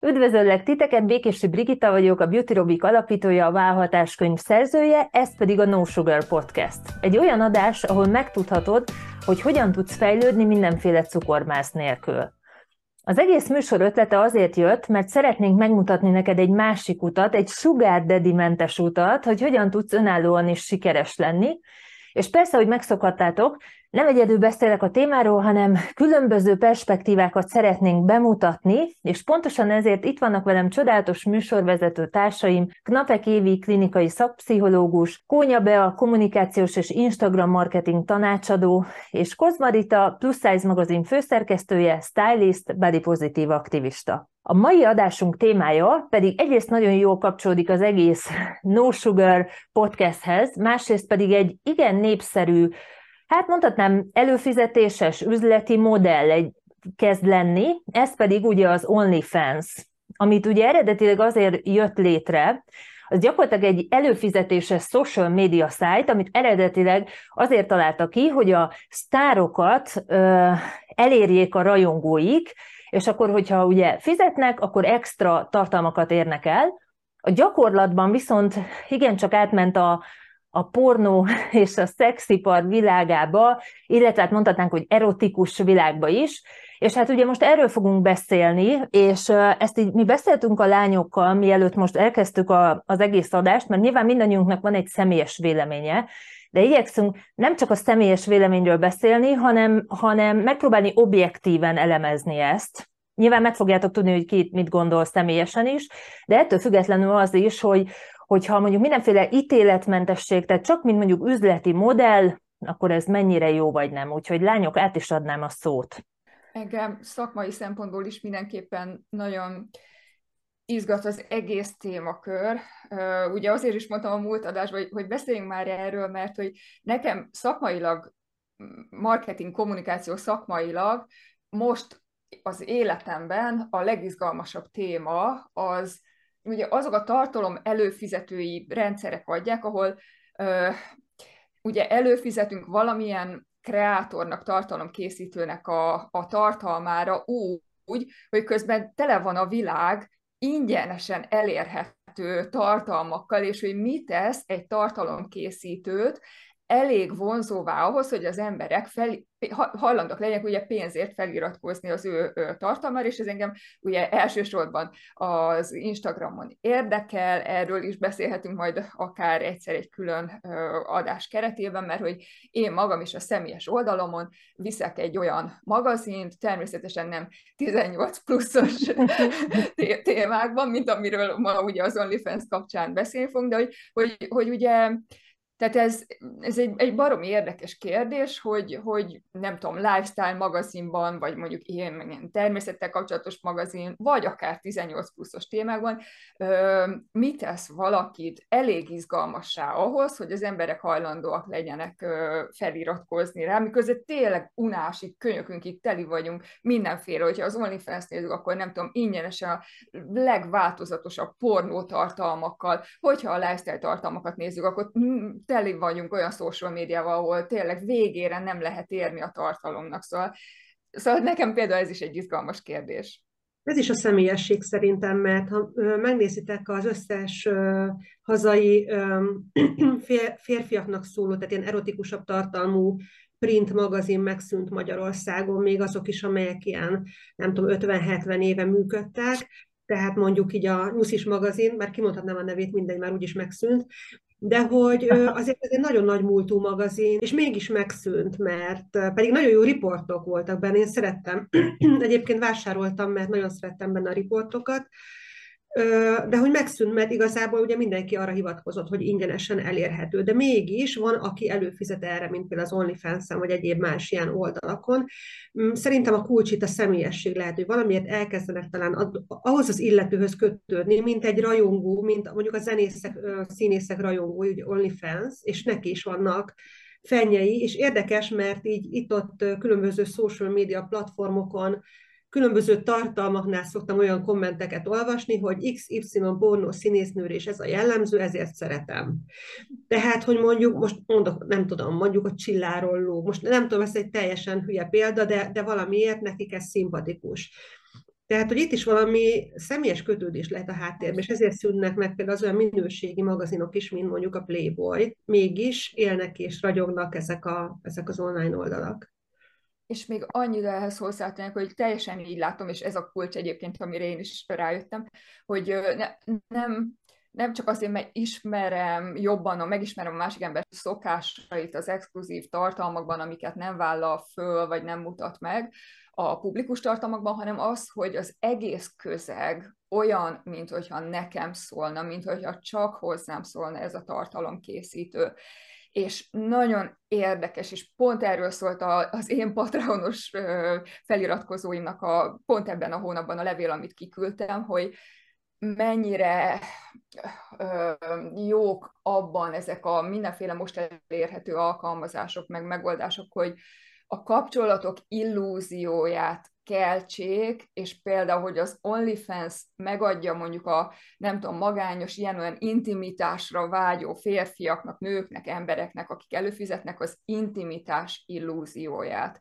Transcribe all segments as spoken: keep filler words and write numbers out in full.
Üdvözöllek titeket, Békési Brigitta vagyok, a Beauty Robic alapítója, a válhatáskönyv szerzője, ez pedig a No Sugar Podcast. Egy olyan adás, ahol megtudhatod, hogy hogyan tudsz fejlődni mindenféle cukormász nélkül. Az egész műsor ötlete azért jött, mert szeretnénk megmutatni neked egy másik utat, egy sugar daddy mentes utat, hogy hogyan tudsz önállóan is sikeres lenni. És persze, hogy megszokhattátok, nem egyedül beszélek a témáról, hanem különböző perspektívákat szeretnénk bemutatni, és pontosan ezért itt vannak velem csodálatos műsorvezető társaim, Knapek Évi klinikai szakpszichológus, Kónya Bea kommunikációs és Instagram marketing tanácsadó, és Kozma Rita Plus Size magazin főszerkesztője, stylist, body pozitív aktivista. A mai adásunk témája pedig egyrészt nagyon jól kapcsolódik az egész No Sugar podcasthez, másrészt pedig egy igen népszerű, hát mondhatnám előfizetéses üzleti modell egy, kezd lenni, ez pedig ugye az OnlyFans, amit ugye eredetileg azért jött létre, az gyakorlatilag egy előfizetéses social media site, amit eredetileg azért találta ki, hogy a sztárokat ö, elérjék a rajongóik, és akkor, hogyha ugye fizetnek, akkor extra tartalmakat érnek el. A gyakorlatban viszont igencsak átment a, a pornó és a szexipar világába, illetve hát mondhatnánk, hogy erotikus világba is, és hát ugye most erről fogunk beszélni, és ezt így mi beszéltünk a lányokkal, mielőtt most elkezdtük a, az egész adást, mert nyilván mindannyiunknak van egy személyes véleménye, de igyekszünk nem csak a személyes véleményről beszélni, hanem, hanem megpróbálni objektíven elemezni ezt. Nyilván meg fogjátok tudni, hogy ki mit gondol személyesen is, de ettől függetlenül az is, hogy hogyha mondjuk mindenféle ítéletmentesség, tehát csak mint mondjuk üzleti modell, akkor ez mennyire jó vagy nem. Úgyhogy lányok, át is adnám a szót. Engem szakmai szempontból is mindenképpen nagyon izgat az egész témakör. Ugye azért is mondtam a múlt adásban, hogy beszéljünk már erről, mert hogy nekem szakmailag, marketing, kommunikáció szakmailag most az életemben a legizgalmasabb téma az, ugye azok a tartalom előfizetői rendszerek adják, ahol ugye előfizetünk valamilyen kreátornak, tartalomkészítőnek a, a tartalmára úgy, hogy közben tele van a világ ingyenesen elérhető tartalmakkal, és hogy mit tesz egy tartalomkészítőt elég vonzóvá ahhoz, hogy az emberek fel, hajlandók legyenek ugye pénzért feliratkozni az ő, ő tartalmára, és ez engem ugye elsősorban az Instagramon érdekel, erről is beszélhetünk majd akár egyszer egy külön ö, adás keretében, mert hogy én magam is a személyes oldalomon viszek egy olyan magazint, természetesen nem tizennyolc pluszos témákban, mint amiről ma ugye az OnlyFans kapcsán beszélni fogunk, de hogy, hogy, hogy ugye tehát ez, ez egy, egy baromi érdekes kérdés, hogy, hogy nem tudom, lifestyle magazinban, vagy mondjuk ilyen, ilyen természettel kapcsolatos magazin, vagy akár tizennyolc pluszos témákban, mit tesz valakit elég izgalmassá ahhoz, hogy az emberek hajlandóak legyenek feliratkozni rá, miközben tényleg unásig, könyökünkig teli vagyunk mindenféle, hogyha az OnlyFans nézzük, akkor nem tudom, ingyenesen a legváltozatosabb pornótartalmakkal, hogyha a lifestyle tartalmakat nézzük, akkor teli vagyunk olyan social médiával, ahol tényleg végére nem lehet érni a tartalomnak. Szóval, szóval nekem például ez is egy izgalmas kérdés. Ez is a személyesség szerintem, mert ha megnézitek az összes uh, hazai um, férfiaknak szóló, tehát ilyen erotikusabb tartalmú print magazin megszűnt Magyarországon, még azok is, amelyek ilyen, nem tudom, ötven-hetven éve működtek, tehát mondjuk így a Nyuszis magazin, már kimondhatnám a nevét, mindegy, már úgyis megszűnt, de hogy azért ez egy nagyon nagy múltú magazin, és mégis megszűnt, mert pedig nagyon jó riportok voltak benne, én szerettem, egyébként vásároltam, mert nagyon szerettem benne a riportokat, de hogy megszűnt, mert igazából ugye mindenki arra hivatkozott, hogy ingyenesen elérhető, de mégis van, aki előfizet erre, mint például az OnlyFans-en, vagy egyéb más ilyen oldalakon. Szerintem a kulcs itt a személyesség lehet, hogy valamiért elkezdenek talán ahhoz az illetőhöz kötődni, mint egy rajongó, mint mondjuk a zenészek, színészek rajongói, ugye OnlyFans, és neki is vannak fenjei, és érdekes, mert így itt-ott különböző social media platformokon különböző tartalmaknál szoktam olyan kommenteket olvasni, hogy iksz ipszilon pornó színésznőre, és ez a jellemző, ezért szeretem. Tehát, hogy mondjuk, most mondok, nem tudom, mondjuk a Csilláról lóg, most nem tudom, ez egy teljesen hülye példa, de, de valamiért nekik ez szimpatikus. Tehát, hogy itt is valami személyes kötődés lehet a háttérben, és ezért szűnnek meg például az olyan minőségi magazinok is, mint mondjuk a Playboy, mégis élnek és ragyognak ezek, a, ezek az online oldalak. És még annyira ehhez hozzátennék, hogy teljesen így látom, és ez a kulcs egyébként, amire én is rájöttem, hogy ne, nem, nem csak azért, mert ismerem jobban, a, megismerem a másik ember szokásait az exkluzív tartalmakban, amiket nem vállal föl, vagy nem mutat meg a publikus tartalmakban, hanem az, hogy az egész közeg olyan, mint hogyha nekem szólna, mint hogyha csak hozzám szólna ez a tartalomkészítő. És nagyon érdekes, és pont erről szólt az én Patreonos feliratkozóimnak a, pont ebben a hónapban a levél, amit kiküldtem, hogy mennyire jók abban ezek a mindenféle most elérhető alkalmazások, meg megoldások, hogy a kapcsolatok illúzióját keltsék, és például, hogy az OnlyFans megadja mondjuk a, nem tudom, magányos, ilyen-olyan intimitásra vágyó férfiaknak, nőknek, embereknek, akik előfizetnek, az intimitás illúzióját.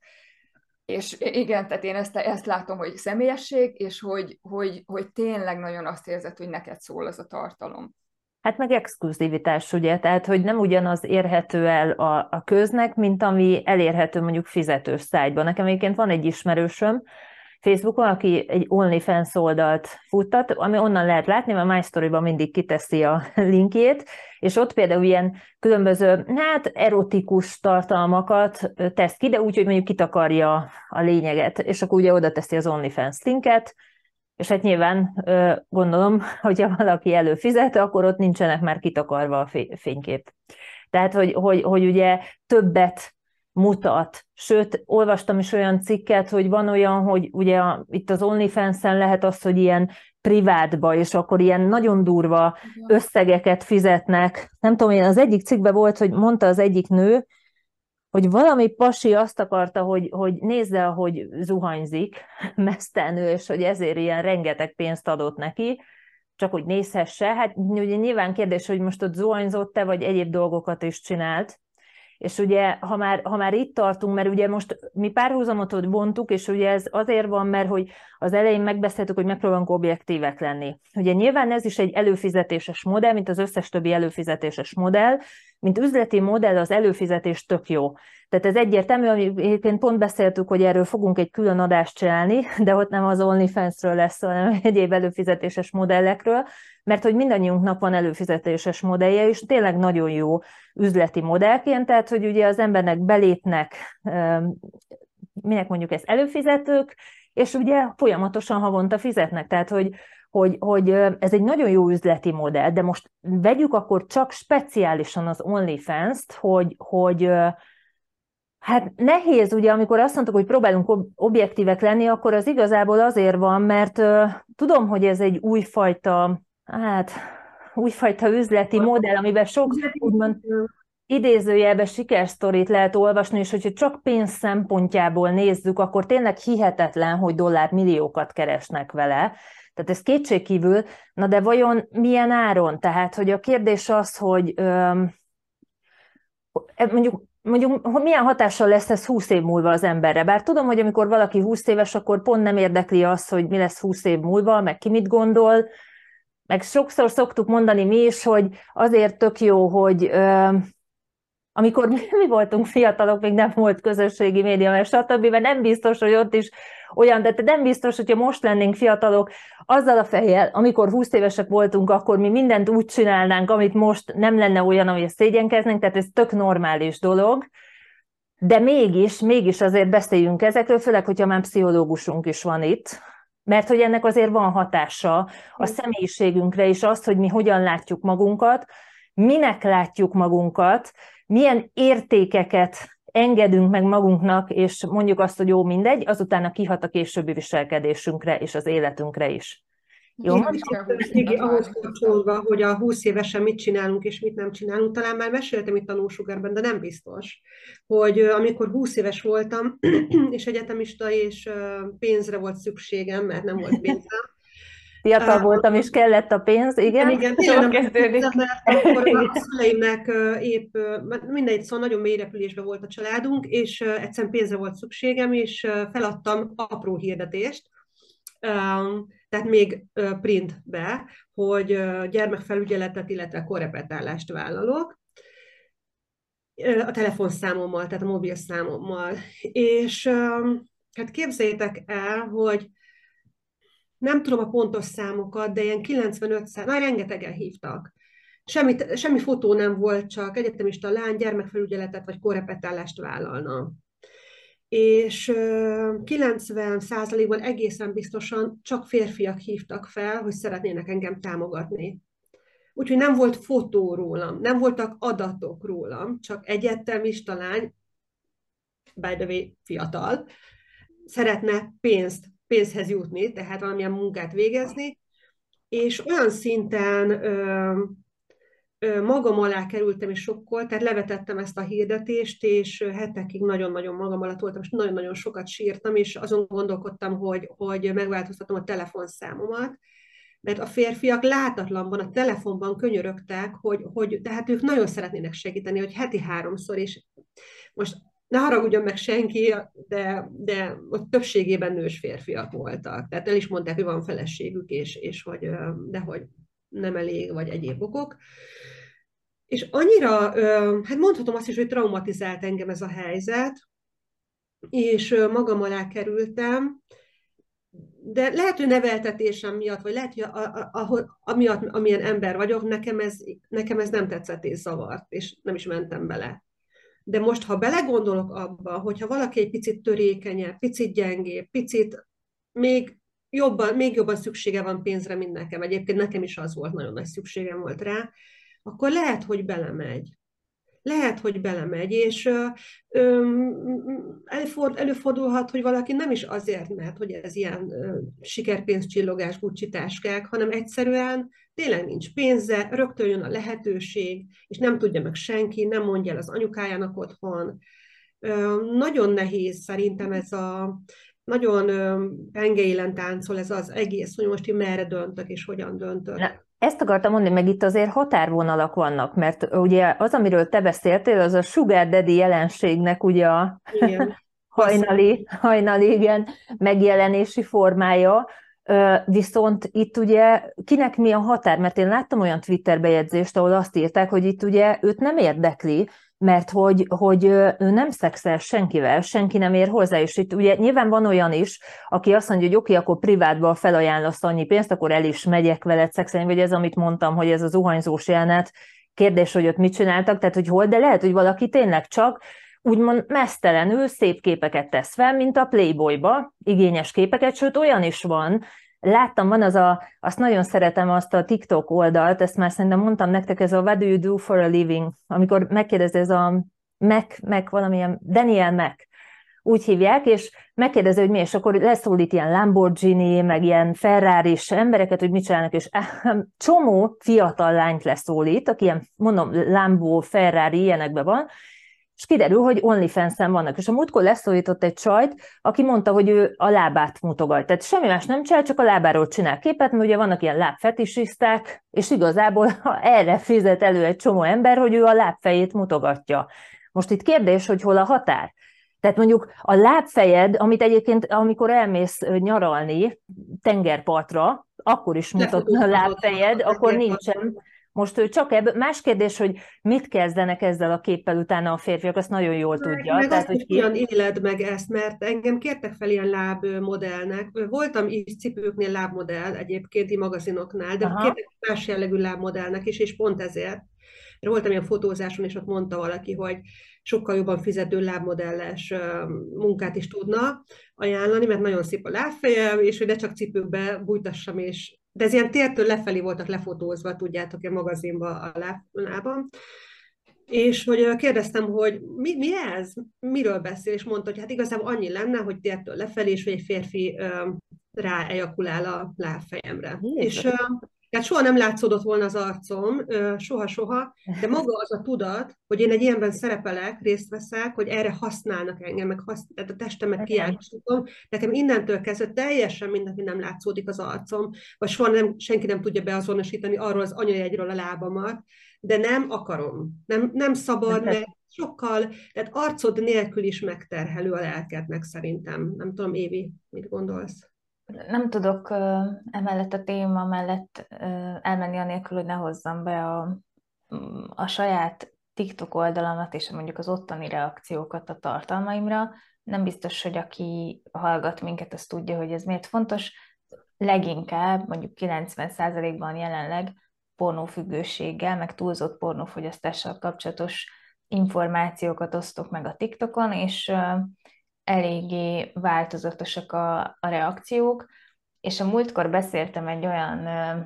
És igen, tehát én ezt, ezt látom, hogy személyesség, és hogy, hogy, hogy tényleg nagyon azt érzed, hogy neked szól az a tartalom. Hát meg exkluzivitás, ugye, tehát hogy nem ugyanaz érhető el a, a köznek, mint ami elérhető mondjuk fizetős szájtban. Nekem egyébként van egy ismerősöm Facebookon, aki egy OnlyFans oldalt futtat, ami onnan lehet látni, mert My Story-ban mindig kiteszi a linkjét, és ott például ilyen különböző, hát erotikus tartalmakat tesz ki, de úgy, hogy mondjuk kitakarja a lényeget, és akkor ugye oda teszi az OnlyFans linket, és hát nyilván gondolom, hogyha valaki előfizet, akkor ott nincsenek már kitakarva a fénykép. Tehát, hogy, hogy, hogy ugye többet mutat. Sőt, olvastam is olyan cikket, hogy van olyan, hogy ugye a, itt az OnlyFans-en lehet az, hogy ilyen privátba, és akkor ilyen nagyon durva összegeket fizetnek. Nem tudom, én az egyik cikkben volt, hogy mondta az egyik nő, hogy valami pasi azt akarta, hogy, hogy nézze, ahogy zuhanyzik, mesztelnő, és hogy ezért ilyen rengeteg pénzt adott neki, csak hogy nézhesse. Hát ugye nyilván kérdés, hogy most ott zuhanyzott-e, vagy egyéb dolgokat is csinált. És ugye, ha már, ha már itt tartunk, mert ugye most mi párhuzamot bontuk, és ugye ez azért van, mert hogy az elején megbeszéltük, hogy megpróbálunk objektívek lenni. Ugye nyilván ez is egy előfizetéses modell, mint az összes többi előfizetéses modell, mint üzleti modell az előfizetés tök jó. Tehát ez egyértelmű, egyébként pont beszéltük, hogy erről fogunk egy külön adást csinálni, de ott nem az OnlyFans-ről lesz, hanem egyéb előfizetéses modellekről, mert hogy mindannyiunknak van előfizetéses modellje, és tényleg nagyon jó üzleti modellként, tehát hogy ugye az embernek belépnek, minek mondjuk ezt előfizetők, és ugye folyamatosan havonta fizetnek, tehát hogy Hogy, hogy ez egy nagyon jó üzleti modell, de most vegyük akkor csak speciálisan az OnlyFans-t, hogy, hogy hát nehéz, ugye, amikor azt mondtuk, hogy próbálunk objektívek lenni, akkor az igazából azért van, mert uh, tudom, hogy ez egy újfajta, hát újfajta üzleti modell, amiben sok úgymond idézőjelben sikersztorit lehet olvasni, és hogyha csak pénz szempontjából nézzük, akkor tényleg hihetetlen, hogy dollármilliókat keresnek vele. Tehát ez kétségkívül, na de vajon milyen áron? Tehát, hogy a kérdés az, hogy öm, mondjuk, mondjuk milyen hatással lesz ez húsz év múlva az emberre. Bár tudom, hogy amikor valaki húsz éves, akkor pont nem érdekli az, hogy mi lesz húsz év múlva, meg ki mit gondol, meg sokszor szoktuk mondani mi is, hogy azért tök jó, hogy öm, amikor mi voltunk fiatalok, még nem volt közösségi média, mert stb., mert nem biztos, hogy ott is olyan, de nem biztos, hogyha most lennénk fiatalok, azzal a fejjel, amikor húsz évesek voltunk, akkor mi mindent úgy csinálnánk, amit most nem lenne olyan, ahogy szégyenkeznénk, tehát ez tök normális dolog, de mégis, mégis azért beszéljünk ezekről, főleg, hogyha már pszichológusunk is van itt, mert hogy ennek azért van hatása a személyiségünkre is, az, hogy mi hogyan látjuk magunkat, minek látjuk magunkat, milyen értékeket engedünk meg magunknak, és mondjuk azt, hogy jó, mindegy, azután kihat a későbbi viselkedésünkre és az életünkre is. Jó? Igen, ahhoz kapcsolódva, hogy a húsz évesen mit csinálunk és mit nem csinálunk, talán már meséltem itt a No Sugarben, de nem biztos, hogy amikor húsz éves voltam, és egyetemista, és pénzre volt szükségem, mert nem volt pénzem. Fiatal uh, voltam, és kellett a pénz, igen? Igen, tényleg nem kezdődik. Mert akkor a szüleimnek épp, mindegy, szóval nagyon mély repülésben volt a családunk, és egyszerűen pénzre volt szükségem, és feladtam apró hirdetést, tehát még printbe, hogy gyermekfelügyeletet, illetve korrepetálást vállalok a telefonszámommal, tehát a mobilszámommal. És hát képzeljétek el, hogy nem tudom a pontos számokat, de ilyen kilencvenöt szám, már rengetegen hívtak. Semmi, semmi fotó nem volt, csak egyetemista lány gyermekfelügyeletet vagy korrepetálást vállalna. És kilencven százalékban egészen biztosan csak férfiak hívtak fel, hogy szeretnének engem támogatni. Úgyhogy nem volt fotó rólam, nem voltak adatok rólam, csak egyetemista lány, by the way, fiatal, szeretne pénzt, pénzhez jutni, tehát valamilyen munkát végezni, és olyan szinten ö, ö, magam alá kerültem és sokkal, tehát levetettem ezt a hirdetést, és hetekig nagyon-nagyon magam alatt voltam, és nagyon-nagyon sokat sírtam, és azon gondolkodtam, hogy, hogy megváltoztatom a telefonszámomat, mert a férfiak látatlanban, a telefonban könyörögtek, hogy, hogy tehát ők nagyon szeretnének segíteni, hogy heti háromszor, és most ne haragudjon meg senki, de, de ott többségében nős férfiak voltak. Tehát el is mondták, hogy van feleségük, és, és hogy, de hogy nem elég, vagy egyéb okok. És annyira, hát mondhatom azt is, hogy traumatizált engem ez a helyzet, és magam alá kerültem, de lehet, hogy neveltetésem miatt, vagy lehet, hogy a, a, a, amiatt, amilyen ember vagyok, nekem ez, nekem ez nem tetszett és zavart, és nem is mentem bele. De most, ha belegondolok abba, hogyha valaki egy picit törékenyebb, picit gyengébb, picit még jobban, még jobban szüksége van pénzre, mint nekem, egyébként nekem is az volt, nagyon nagy szükségem volt rá, akkor lehet, hogy belemegy. Lehet, hogy belemegy, és ö, ö, előfordulhat, hogy valaki nem is azért, mert hogy ez ilyen ö, sikerpénzcsillogás, Gucci táskák, hanem egyszerűen tényleg nincs pénze, rögtön jön a lehetőség, és nem tudja meg senki, nem mondja el az anyukájának otthon. Ö, nagyon nehéz szerintem ez a, nagyon pengeélen táncol ez az egész, hogy most én merre döntök, és hogyan döntök. Na, ezt akartam mondani, meg itt azért határvonalak vannak, mert ugye az, amiről te beszéltél, az a sugar daddy jelenségnek ugye a hajnali, hajnali igen, megjelenési formája, viszont itt ugye kinek mi a határ, mert én láttam olyan Twitter bejegyzést, ahol azt írták, hogy itt ugye őt nem érdekli, mert hogy, hogy ő nem szexel senkivel, senki nem ér hozzá, és itt ugye nyilván van olyan is, aki azt mondja, hogy oké, akkor privátban felajánlasz annyi pénzt, akkor el is megyek veled szexelni, vagy ez, amit mondtam, hogy ez a zuhanyzós jelenet, kérdés, hogy ott mit csináltak, tehát hogy hol, de lehet, hogy valaki tényleg csak úgymond meztelenül szép képeket tesz fel, mint a Playboyba, igényes képeket, sőt olyan is van, láttam, van az a, azt nagyon szeretem azt a TikTok oldalt, ezt már szerintem mondtam nektek, ez a What do you do for a living, amikor megkérdezi ez a Mac, Mac valamilyen, Daniel Mac, úgy hívják, és megkérdezi, hogy mi, és akkor leszólít ilyen Lamborghini, meg ilyen Ferrari-s embereket, hogy mit csinálnak, és csomó fiatal lányt leszólít, aki ilyen, mondom, Lambo, Ferrari, ilyenekben van, és kiderül, hogy OnlyFans-en vannak. És a múltkor leszólított egy csajt, aki mondta, hogy ő a lábát mutogat. Tehát semmi más nem csinál, csak a lábáról csinál képet, mert ugye vannak ilyen lábfetisiszták, és igazából erre fizet elő egy csomó ember, hogy ő a lábfejét mutogatja. Most itt kérdés, hogy hol a határ? Tehát mondjuk a lábfejed, amit egyébként, amikor elmész nyaralni tengerpartra, akkor is mutatna a lábfejed, akkor nincsen. Most ő csak ebből, más kérdés, hogy mit kezdenek ezzel a képpel utána a férfiak, azt nagyon jól meg, tudja. Meg Tehát, azt, hogy hogyan éled meg ezt, mert engem kértek fel ilyen lábmodellnek. Voltam is cipőknél lábmodell, egyébként magazinoknál, de aha, kértek más jellegű lábmodellnek is, és pont ezért. Mert voltam ilyen fotózáson, és ott mondta valaki, hogy sokkal jobban fizető lábmodelles munkát is tudna ajánlani, mert nagyon szép a lábfejem, és hogy ne csak cipőkbe bújtassam, és de ez ilyen tértől lefelé voltak lefotózva, tudjátok, a magazinban a lábban. És hogy kérdeztem, hogy mi, mi ez? Miről beszél? És mondta, hogy hát igazából annyi lenne, hogy tértől lefelé, és hogy egy férfi uh, rá ejakulál a lábfejemre. És uh, tehát soha nem látszódott volna az arcom, soha-soha, de maga az a tudat, hogy én egy ilyenben szerepelek, részt veszek, hogy erre használnak engem, meg hasz, tehát a testemet kiállítom, nekem innentől kezdve teljesen mindenki nem látszódik az arcom, vagy soha nem, senki nem tudja beazonosítani arról az anyajegyről a lábamat, de nem akarom, nem, nem szabad, mert sokkal, tehát arcod nélkül is megterhelő a lelkednek szerintem. Nem tudom, Évi, mit gondolsz? nem tudok ö, emellett a téma mellett ö, elmenni anélkül, hogy ne hozzam be a, a saját TikTok oldalamat és mondjuk az ottani reakciókat a tartalmaimra. Nem biztos, hogy aki hallgat minket, az tudja, hogy ez miért fontos. Leginkább, mondjuk kilencven százalékban jelenleg pornófüggőséggel, meg túlzott pornófogyasztással kapcsolatos információkat osztok meg a TikTokon, és ö, eléggé változatosak a, a reakciók, és a múltkor beszéltem egy olyan ö,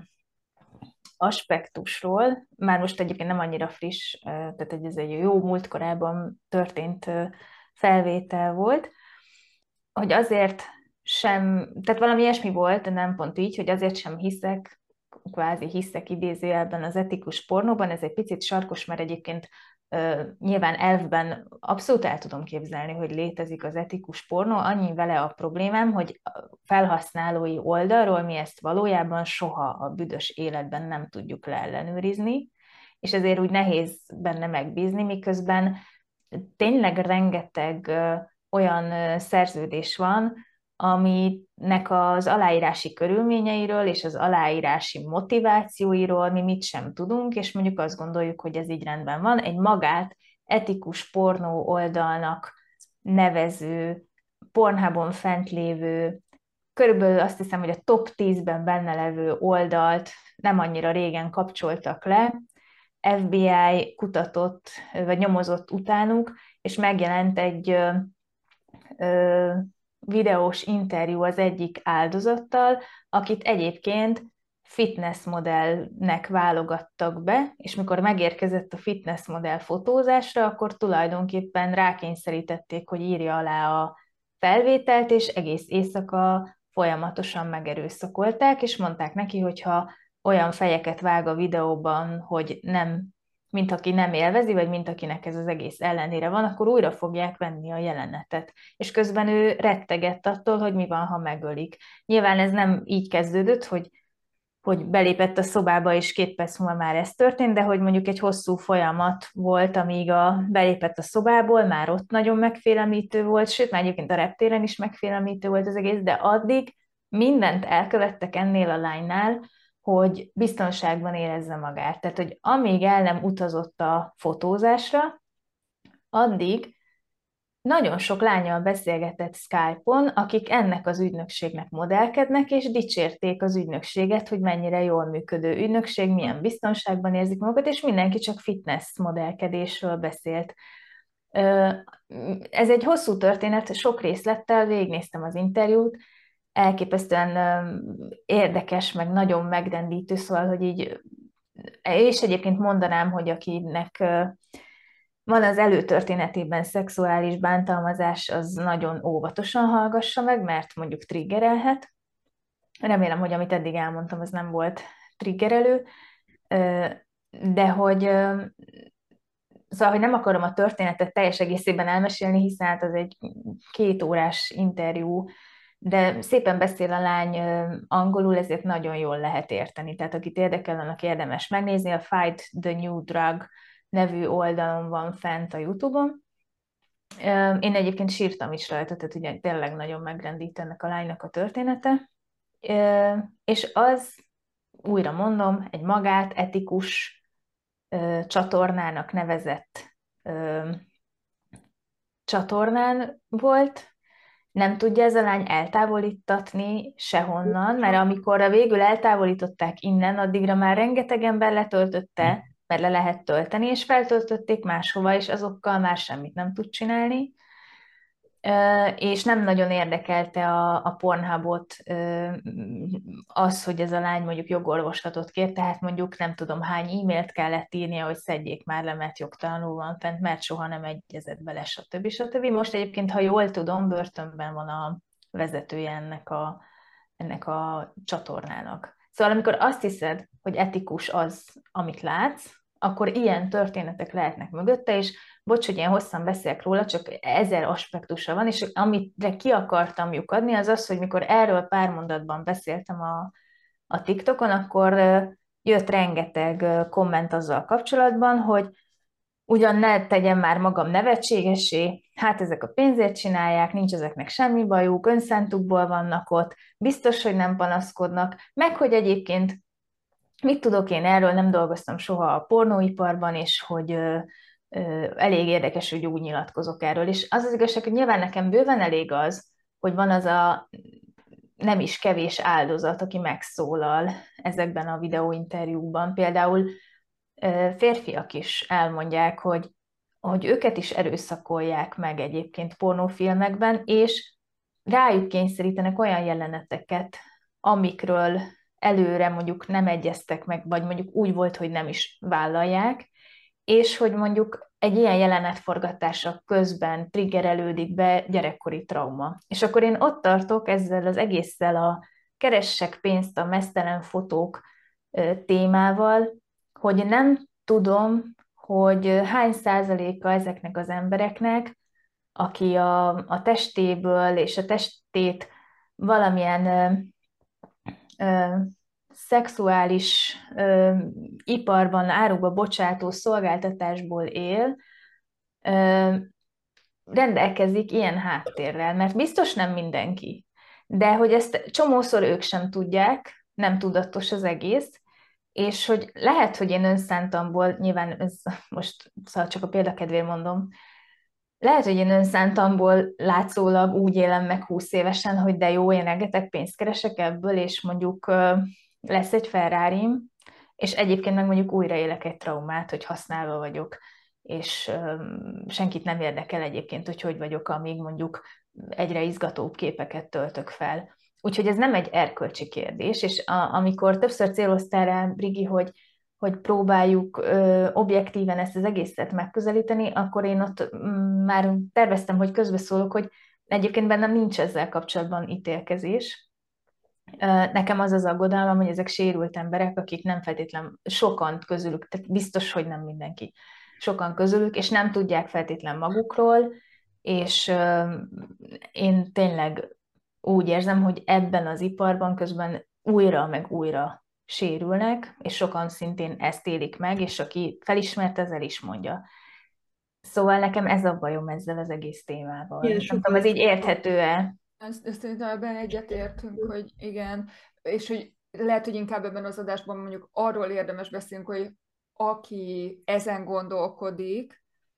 aspektusról, már most egyébként nem annyira friss, ö, tehát egy- ez egy jó múltkorában történt ö, felvétel volt, hogy azért sem, tehát valami ilyesmi volt, de nem pont így, hogy azért sem hiszek, kvázi hiszek idézőjelben az etikus pornóban, ez egy picit sarkos, mert egyébként uh, nyilván elvben abszolút el tudom képzelni, hogy létezik az etikus pornó, annyi vele a problémám, hogy a felhasználói oldalról mi ezt valójában soha a büdös életben nem tudjuk leellenőrizni, és ezért úgy nehéz benne megbízni, miközben tényleg rengeteg uh, olyan uh, szerződés van, aminek az aláírási körülményeiről és az aláírási motivációiról mi mit sem tudunk, és mondjuk azt gondoljuk, hogy ez így rendben van. Egy magát etikus pornó oldalnak nevező, Pornhubon fent lévő, körülbelül azt hiszem, hogy a top tízben benne levő oldalt nem annyira régen kapcsoltak le, ef bé i kutatott, vagy nyomozott utánuk, és megjelent egy ö, ö, videós interjú az egyik áldozattal, akit egyébként fitness modellnek válogattak be, és mikor megérkezett a fitness modell fotózásra, akkor tulajdonképpen rákényszerítették, hogy írja alá a felvételt, és egész éjszaka folyamatosan megerőszakolták, és mondták neki, hogyha olyan fejeket vág a videóban, hogy nem, mint aki nem élvezi, vagy mint akinek ez az egész ellenére van, akkor újra fogják venni a jelenetet. És közben ő rettegett attól, hogy mi van, ha megölik. Nyilván ez nem így kezdődött, hogy hogy belépett a szobába, és két perc múlva már ez történt, de hogy mondjuk egy hosszú folyamat volt, amíg a, belépett a szobából, már ott nagyon megfélemlítő volt, sőt, már egyébként a reptéren is megfélemlítő volt az egész, de addig mindent elkövettek ennél a lánynál, hogy biztonságban érezze magát. Tehát, hogy amíg el nem utazott a fotózásra, addig nagyon sok lányal beszélgetett Skype-on, akik ennek az ügynökségnek modellkednek, és dicsérték az ügynökséget, hogy mennyire jól működő ügynökség, milyen biztonságban érzik magukat, és mindenki csak fitness modellkedésről beszélt. Ez egy hosszú történet, sok részlettel végignéztem az interjút, elképesztően érdekes, meg nagyon megrendítő, szóval, hogy így, és egyébként mondanám, hogy akinek van az előtörténetében szexuális bántalmazás, az nagyon óvatosan hallgassa meg, mert mondjuk triggerelhet. Remélem, hogy amit eddig elmondtam, az nem volt triggerelő, de hogy szóval, hogy nem akarom a történetet teljes egészében elmesélni, hiszen hát az egy két órás interjú, de szépen beszél a lány angolul, ezért nagyon jól lehet érteni. Tehát akit érdekel, annak érdemes megnézni. A Fight the New Drug nevű oldalon van fent a YouTube-on. Én egyébként sírtam is rajta, tehát ugye tényleg nagyon megrendít ennek a lánynak a története. És az, újra mondom, egy magát etikus csatornának nevezett csatornán volt, nem tudja ez a lány eltávolítatni sehonnan, mert amikor a végül eltávolították innen, addigra már rengeteg ember letöltötte, mert le lehet tölteni, és feltöltötték máshova, és azokkal már semmit nem tud csinálni. És nem nagyon érdekelte a, a Pornhubot az, hogy ez a lány mondjuk jogorvoslatot kér, tehát mondjuk nem tudom hány e-mailt kellett írnia, hogy szedjék már le, mert jogtalanul van fent, mert soha nem egyezett bele, stb. stb. Most egyébként, ha jól tudom, börtönben van a vezetője ennek a, ennek a csatornának. Szóval amikor azt hiszed, hogy etikus az, amit látsz, akkor ilyen történetek lehetnek mögötte, és bocs, hogy ilyen hosszan beszélek róla, csak ezer aspektusa van, és amit ki akartam lyukadni, az az, hogy mikor erről pár mondatban beszéltem a, a TikTokon, akkor jött rengeteg komment azzal kapcsolatban, hogy ugyan ne tegyem már magam nevetségesé, hát ezek a pénzért csinálják, nincs ezeknek semmi bajuk, önszántukból vannak ott, biztos, hogy nem panaszkodnak, meg hogy egyébként mit tudok én erről, nem dolgoztam soha a pornóiparban, és hogy ö, ö, elég érdekes, hogy úgy nyilatkozok erről. És az az igazság, hogy nyilván nekem bőven elég az, hogy van az a nem is kevés áldozat, aki megszólal ezekben a videóinterjúkban. Például ö, férfiak is elmondják, hogy, hogy őket is erőszakolják meg egyébként pornófilmekben, és rájuk kényszerítenek olyan jeleneteket, amikről előre mondjuk nem egyeztek meg, vagy mondjuk úgy volt, hogy nem is vállalják, és hogy mondjuk egy ilyen jelenet forgatása közben triggerelődik be gyerekkori trauma. És akkor én ott tartok ezzel az egésszel a keressek pénzt a meztelen fotók témával, hogy nem tudom, hogy hány százaléka ezeknek az embereknek, aki a, a testéből és a testét valamilyen ö, ö, szexuális ö, iparban, árukba bocsátó szolgáltatásból él, ö, rendelkezik ilyen háttérrel, mert biztos nem mindenki. De hogy ezt csomószor ők sem tudják, nem tudatos az egész, és hogy lehet, hogy én önszántamból, nyilván ez most szóval csak a példakedvéért mondom, lehet, hogy én önszántamból látszólag úgy élem meg húsz évesen, hogy de jó, én rengeteg pénzt keresek ebből, és mondjuk lesz egy Ferrarim, és egyébként meg mondjuk újra élek egy traumát, hogy használva vagyok, és senkit nem érdekel egyébként, hogy hogy vagyok, amíg mondjuk egyre izgatóbb képeket töltök fel. Úgyhogy ez nem egy erkölcsi kérdés, és a, amikor többször céloztál rá, Brigi, hogy hogy próbáljuk ö, objektíven ezt az egészet megközelíteni, akkor én ott m- már terveztem, hogy közbeszólok, hogy egyébként bennem nincs ezzel kapcsolatban ítélkezés. Ö, nekem az az aggodalmam, hogy ezek sérült emberek, akik nem feltétlen sokan közülük, tehát biztos, hogy nem mindenki, sokan közülük, és nem tudják feltétlen magukról, és ö, én tényleg úgy érzem, hogy ebben az iparban közben újra meg újra sérülnek, és sokan szintén ezt élik meg, és aki felismert, ezzel is mondja. Szóval nekem ez a bajom ezzel az egész témával. Igen, Nem tudom, ez így érthető-e? Ezt, ezt szerintem ebben egyetértünk, hogy igen, és hogy lehet, hogy inkább ebben az adásban mondjuk arról érdemes beszélnünk, hogy aki ezen gondolkodik,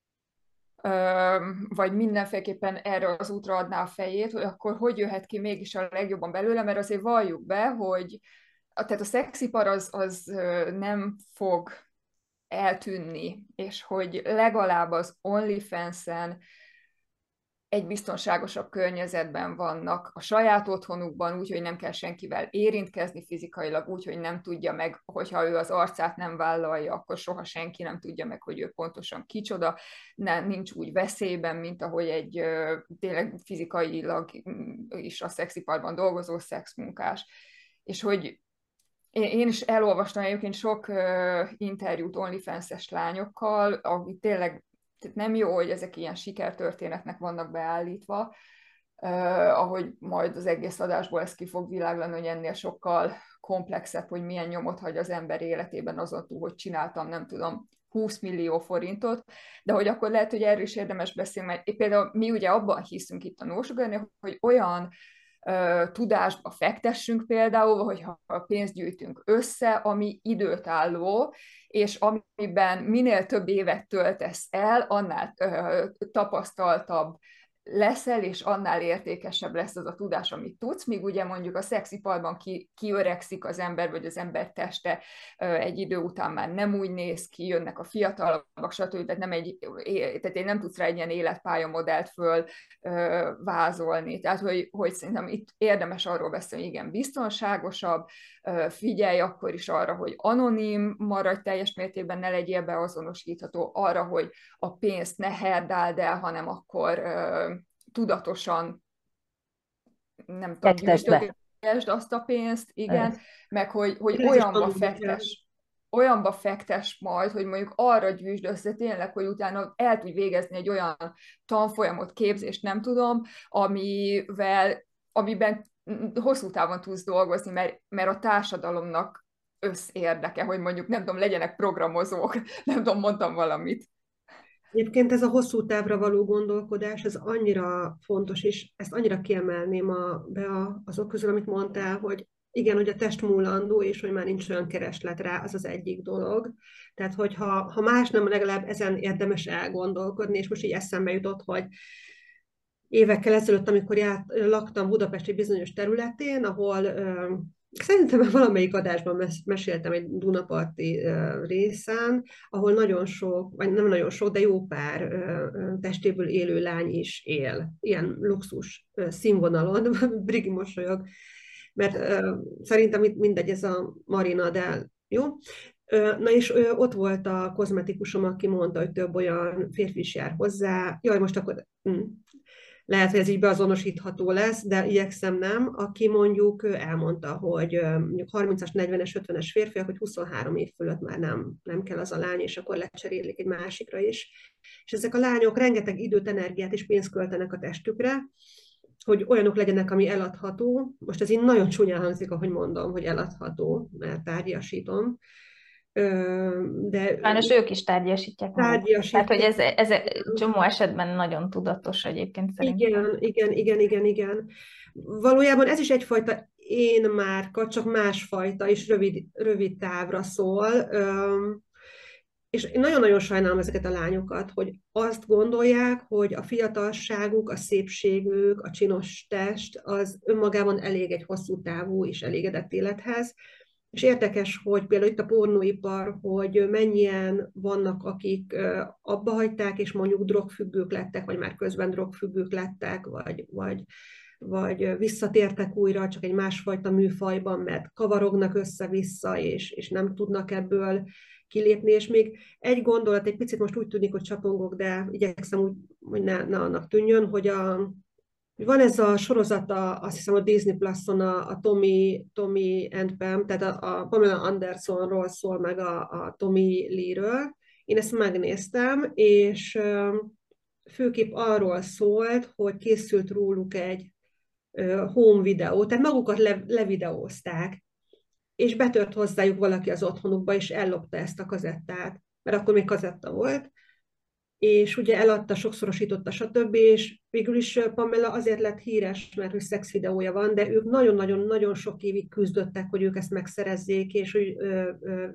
vagy mindenféleképpen erre az útra adná a fejét, hogy akkor hogy jöhet ki mégis a legjobban belőle, mert azért valljuk be, hogy tehát a szexipar az, az nem fog eltűnni, és hogy legalább az OnlyFans-en egy biztonságosabb környezetben vannak a saját otthonukban, úgyhogy nem kell senkivel érintkezni fizikailag, úgyhogy nem tudja meg, hogyha ő az arcát nem vállalja, akkor soha senki nem tudja meg, hogy ő pontosan kicsoda, nem, nincs úgy veszélyben, mint ahogy egy tényleg fizikailag is a szexiparban dolgozó szexmunkás. És hogy én is elolvastam egyébként sok interjút OnlyFans-es lányokkal, akik tényleg tehát nem jó, hogy ezek ilyen sikertörténetnek vannak beállítva, uh, ahogy majd az egész adásból ez ki fog világlani, hogy ennél sokkal komplexebb, hogy milyen nyomot hagy az ember életében azon túl, hogy csináltam, nem tudom, húsz millió forintot, de hogy akkor lehet, hogy erről is érdemes beszélni, mert például mi ugye abban hiszünk itt a No Sugarnél, hogy olyan tudásba fektessünk például, hogyha a pénzt gyűjtünk össze, ami időtálló, és amiben minél több évet töltesz el, annál ö, tapasztaltabb leszel, és annál értékesebb lesz az a tudás, amit tudsz, míg ugye mondjuk a szexiparban ki, kiöregszik az ember, vagy az ember teste egy idő után már nem úgy néz ki, jönnek a fiatalabbak, stb. Tehát, nem egy, tehát én nem tudsz rá egy ilyen életpályamodellt föl vázolni. Tehát, hogy, hogy szerintem itt érdemes arról beszélni, hogy igen, biztonságosabb, figyelj akkor is arra, hogy anonim maradj, teljes mértékben ne legyél beazonosítható, arra, hogy a pénzt ne herdáld el, hanem akkor uh, tudatosan nem tudom, gyűjtögesd azt a pénzt, igen, ez. Meg hogy, hogy olyanba fektes, olyanba fektes majd, hogy mondjuk arra gyűjtsd össze tényleg, hogy utána el tudj végezni egy olyan tanfolyamot, képzést, nem tudom, amivel, amiben hosszú távon tudsz dolgozni, mert, mert a társadalomnak összérdeke, hogy mondjuk, nem tudom, legyenek programozók, nem tudom, mondtam valamit. Egyébként ez a hosszú távra való gondolkodás, ez annyira fontos, és ezt annyira kiemelném a, be a, azok közül, amit mondtál, hogy igen, hogy a test múlandó, és hogy már nincs olyan kereslet rá, az az egyik dolog. Tehát, hogy ha, ha más nem, legalább ezen érdemes elgondolkodni, és most így eszembe jutott, hogy évekkel ezelőtt, amikor járt, laktam Budapesti bizonyos területén, ahol ö, szerintem valamelyik adásban mes- meséltem egy Dunaparti ö, részen, ahol nagyon sok, vagy nem nagyon sok, de jó pár ö, ö, testéből élő lány is él. Ilyen luxus ö, színvonalon, Brigi mosolyog, mert ö, szerintem itt mindegy, ez a Marina, de jó. Ö, Na és ö, ott volt a kozmetikusom, aki mondta, hogy több olyan férfi is jár hozzá. Jaj, most akkor... Hm. Lehet, hogy ez így beazonosítható lesz, de igyekszem nem, aki mondjuk elmondta, hogy mondjuk harmincas, negyvenes, ötvenes férfiak, hogy huszonhárom év fölött már nem, nem kell az a lány, és akkor lecserélik egy másikra is. És ezek a lányok rengeteg időt, energiát és pénzt költenek a testükre, hogy olyanok legyenek, ami eladható. Most ez így nagyon csúnyán hangzik, ahogy mondom, hogy eladható, mert tárgyasítom. De Sajnos ők is tárgyasítják magukat. Tehát, hogy tárgyasítják. ez, ez csomó esetben nagyon tudatos egyébként szerintem. Igen, igen, igen, igen, igen. Valójában ez is egyfajta én márka, csak másfajta, és rövid, rövid távra szól. Öm, És én nagyon-nagyon sajnálom ezeket a lányokat, hogy azt gondolják, hogy a fiatalságuk, a szépségük, a csinos test az önmagában elég egy hosszú távú és elégedett élethez. És érdekes, hogy például itt a pornóipar, hogy mennyien vannak, akik ö, abba hagyták, és mondjuk drogfüggők lettek, vagy már közben drogfüggők lettek, vagy, vagy, vagy visszatértek újra, csak egy másfajta műfajban, mert kavarognak össze-vissza, és, és nem tudnak ebből kilépni. És még egy gondolat, egy picit most úgy tűnik, hogy csapongok, de igyekszem úgy, hogy ne, ne annak tűnjön, hogy a van ez a sorozata, azt hiszem a Disney Plus-on a, a Tommy, Tommy and Pam, tehát a, a Pamela Andersonról szól meg a, a Tommy Lee-ről. Én ezt megnéztem, és ö, főképp arról szólt, hogy készült róluk egy ö, home videó, tehát magukat le, levideózták, és betört hozzájuk valaki az otthonukba, és ellopta ezt a kazettát, mert akkor még kazetta volt, és ugye eladta, sokszorosította, stb. És végül is Pamela azért lett híres, mert hogy szex videója van, de ők nagyon-nagyon-nagyon sok évig küzdöttek, hogy ők ezt megszerezzék, és hogy, ö, ö,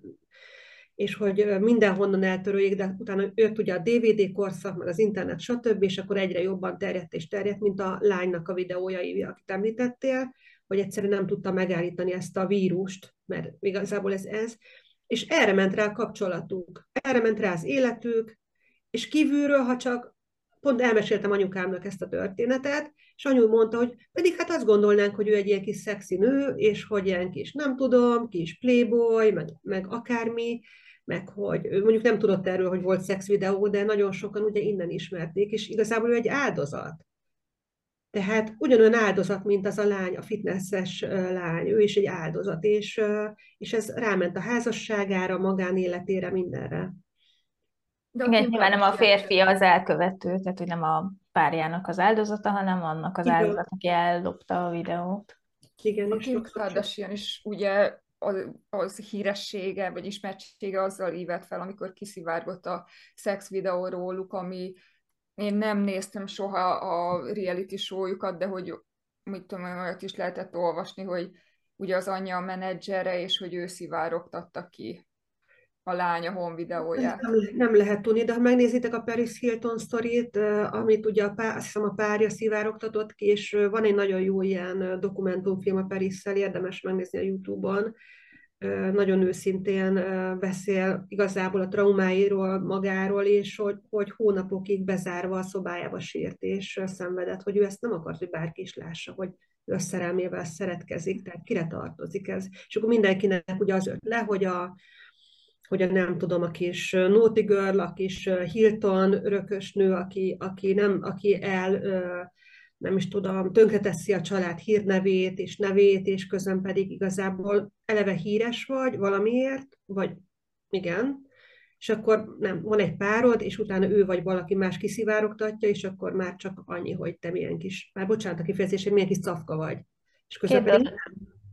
és hogy mindenhonnan eltöröljék, de utána jött ugye a dé vé dé korszak, meg az internet, stb., és akkor egyre jobban terjedt és terjedt, mint a lánynak a videójai, akit említettél, hogy egyszerűen nem tudta megállítani ezt a vírust, mert igazából ez ez, és erre ment rá a kapcsolatuk, erre ment rá az életük, és kívülről, ha csak pont elmeséltem anyukámnak ezt a történetet, és anyu mondta, hogy pedig hát azt gondolnánk, hogy ő egy ilyen kis szexi nő, és hogy ilyen kis, nem tudom, kis playboy, meg, meg akármi, meg hogy ő mondjuk nem tudott erről, hogy volt szex videó, de nagyon sokan ugye innen ismerték, és igazából ő egy áldozat. Tehát ugyanolyan áldozat, mint az a lány, a fitnesses lány, ő is egy áldozat, és, és ez ráment a házasságára, magánéletére, mindenre. De Igen, nyilván nem a férfi az elkövető, tehát hogy nem a párjának az áldozata, hanem annak az áldozat, aki eldobta a videót. Igen, a és Kim Kardashian is ugye az, az híressége, vagy ismertsége azzal ívett fel, amikor kiszivárgott a szex videó róluk, ami én nem néztem soha a reality show-jukat, de hogy mit tudom, olyat is lehetett olvasni, hogy ugye az anyja a menedzsere, és hogy ő szivárogtatta ki a lánya home videóját. Nem, nem lehet tudni, de ha megnézitek a Paris Hilton sztorit, amit ugye a, pár, azt hiszem a párja szivárogtatott ki, és van egy nagyon jó ilyen dokumentumfilm a Paris-szel, érdemes megnézni a YouTube-on. Nagyon őszintén beszél igazából a traumáiról, magáról, és hogy, hogy hónapokig bezárva a szobájába sírt és szenvedett, hogy ő ezt nem akart, hogy bárki is lássa, hogy ő a szerelmével szeretkezik, tehát kire tartozik ez. És akkor mindenkinek ugye az öt le, hogy a hogy a nem tudom, a kis naughty girl, a kis Hilton örökösnő, aki, aki, nem, aki el, nem is tudom, tönkreteszi a család hírnevét és nevét, és közben pedig igazából eleve híres vagy valamiért, vagy igen, és akkor nem, van egy párod, és utána ő vagy valaki más kiszivárogtatja, és akkor már csak annyi, hogy te milyen kis, már bocsánat a kifejezésért, milyen kis szafka vagy. És közben Két pedig dolog,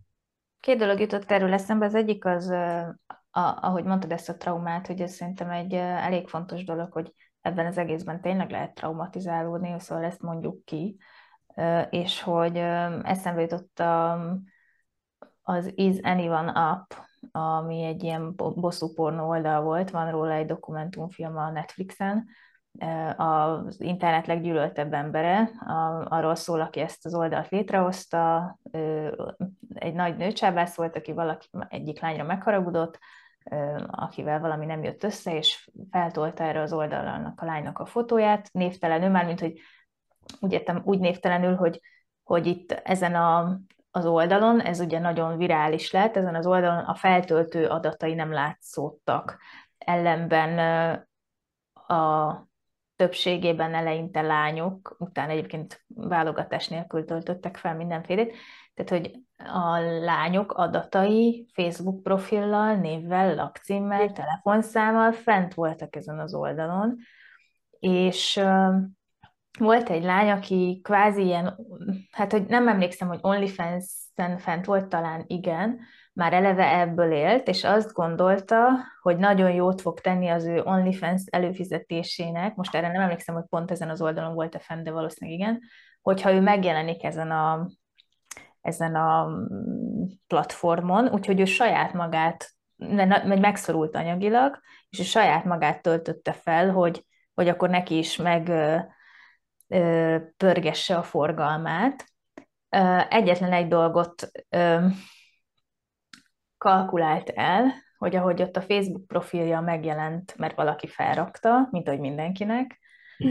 két dolog jutott erről eszembe, az egyik az, a, ahogy mondtad ezt a traumát, hogy ez szerintem egy elég fontos dolog, hogy ebben az egészben tényleg lehet traumatizálódni, szóval ezt mondjuk ki, és hogy eszembe jutott az Is Anyone Up, ami egy ilyen bosszú pornó oldal volt, van róla egy dokumentumfilm a Netflixen, az internet leggyűlöltebb embere, arról szól, aki ezt az oldalt létrehozta, egy nagy nőcsábász volt, aki valaki egyik lányra megharagudott, akivel valami nem jött össze, és feltolta erre az oldalnak a lánynak a fotóját, névtelenül, mármint, hogy úgy értem, úgy névtelenül, hogy, hogy itt ezen a, az oldalon, ez ugye nagyon virális lett, ezen az oldalon a feltöltő adatai nem látszódtak. Ellenben a többségében eleinte lányok, utána egyébként válogatás nélkül töltöttek fel mindenfélét, tehát hogy a lányok adatai Facebook profillal, névvel, lakcímmel, telefonszámmal fent voltak ezen az oldalon, és volt egy lány, aki kvázi ilyen, hát hogy nem emlékszem, hogy OnlyFans-en fent volt, talán igen, már eleve ebből élt, és azt gondolta, hogy nagyon jót fog tenni az ő OnlyFans előfizetésének, most erre nem emlékszem, hogy pont ezen az oldalon volt-e fent, de valószínűleg igen, hogyha ő megjelenik ezen a, ezen a platformon, úgyhogy ő saját magát, meg megszorult anyagilag, és ő saját magát töltötte fel, hogy, hogy akkor neki is meg pörgesse a forgalmát. Egyetlen egy dolgot kalkulált el, hogy ahogy ott a Facebook profilja megjelent, mert valaki felrakta, mint ahogy mindenkinek,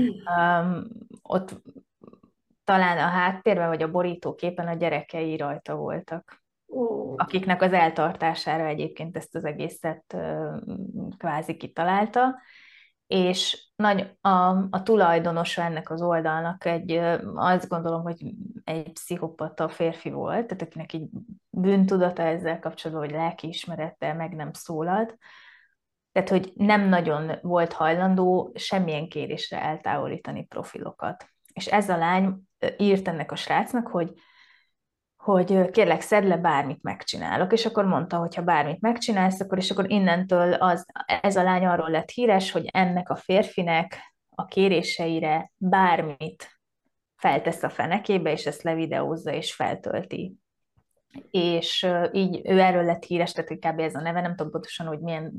ott talán a háttérben vagy a borítóképen a gyerekei rajta voltak, akiknek az eltartására egyébként ezt az egészet kvázi kitalálta, és nagy, a, a tulajdonosa ennek az oldalnak egy, azt gondolom, hogy egy pszichopata férfi volt, tehát akinek így bűntudata ezzel kapcsolatban, vagy lelkiismerete meg nem szólalt, tehát hogy nem nagyon volt hajlandó semmilyen kérésre eltávolítani profilokat. És ez a lány írt ennek a srácnak, hogy hogy kérlek, szedd le, bármit megcsinálok. És akkor mondta, hogy ha bármit megcsinálsz, akkor és akkor innentől az, ez a lány arról lett híres, hogy ennek a férfinek a kéréseire bármit feltesz a fenekébe, és ezt levideózza és feltölti. És így ő erről lett híres, tehát kb. Ez a neve, nem tudom pontosan, hogy milyen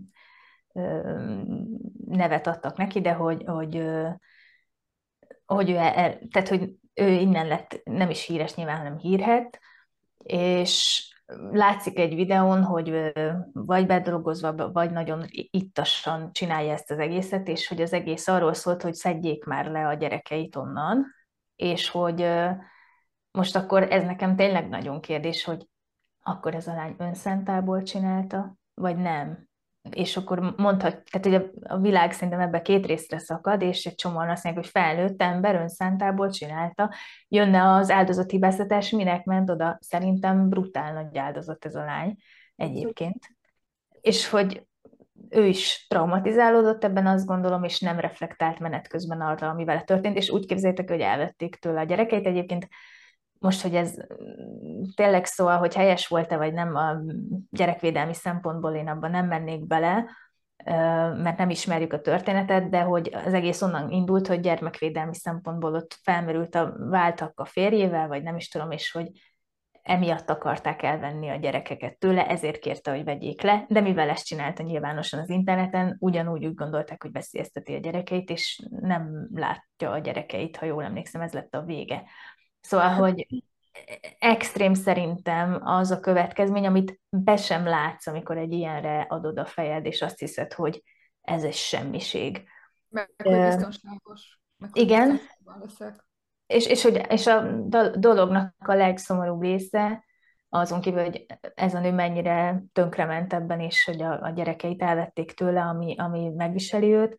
nevet adtak neki, de hogy, hogy, hogy ő, tehát, hogy ő innen lett nem is híres nyilván, hanem hírhedt, és látszik egy videón, hogy vagy bedolgozva, vagy nagyon ittasan csinálja ezt az egészet, és hogy az egész arról szólt, hogy szedjék már le a gyerekeit onnan, és hogy most akkor ez nekem tényleg nagyon kérdés, hogy akkor ez a lány önszentából csinálta, vagy nem. És akkor mondhat, tehát hogy a világ szerintem ebbe két részre szakad, és egy csomóan azt mondják, hogy felnőtt ember önszántából csinálta, jönne az áldozathibáztatás, minek ment oda, szerintem brutál nagy áldozat ez a lány egyébként. És hogy ő is traumatizálódott ebben, azt gondolom, és nem reflektált menet közben arra, ami vele történt, és úgy képzeljétek, hogy elvették tőle a gyerekeit. Egyébként most, hogy ez tényleg szóval, hogy helyes volt-e, vagy nem a gyerekvédelmi szempontból, én abban nem mennék bele, mert nem ismerjük a történetet, de hogy az egész onnan indult, hogy gyermekvédelmi szempontból ott felmerült a váltak a férjével, vagy nem is tudom, és hogy emiatt akarták elvenni a gyerekeket tőle, ezért kérte, hogy vegyék le, de mivel ezt csinálta nyilvánosan az interneten, ugyanúgy úgy gondolták, hogy veszélyezteti a gyerekeit, és nem látja a gyerekeit, ha jól emlékszem, ez lett a vége. Szóval, hogy extrém szerintem az a következmény, amit be sem látsz, amikor egy ilyenre adod a fejed, és azt hiszed, hogy ez egy semmiség. Meg, hogy biztonságos. Meg, hogy igen, biztonságban leszek. És, és, hogy, és a dolognak a legszomorúbb része, azon kívül, hogy ez a nő mennyire tönkrement ebben is, hogy a, a gyerekeit elvették tőle, ami, ami megviseli őt,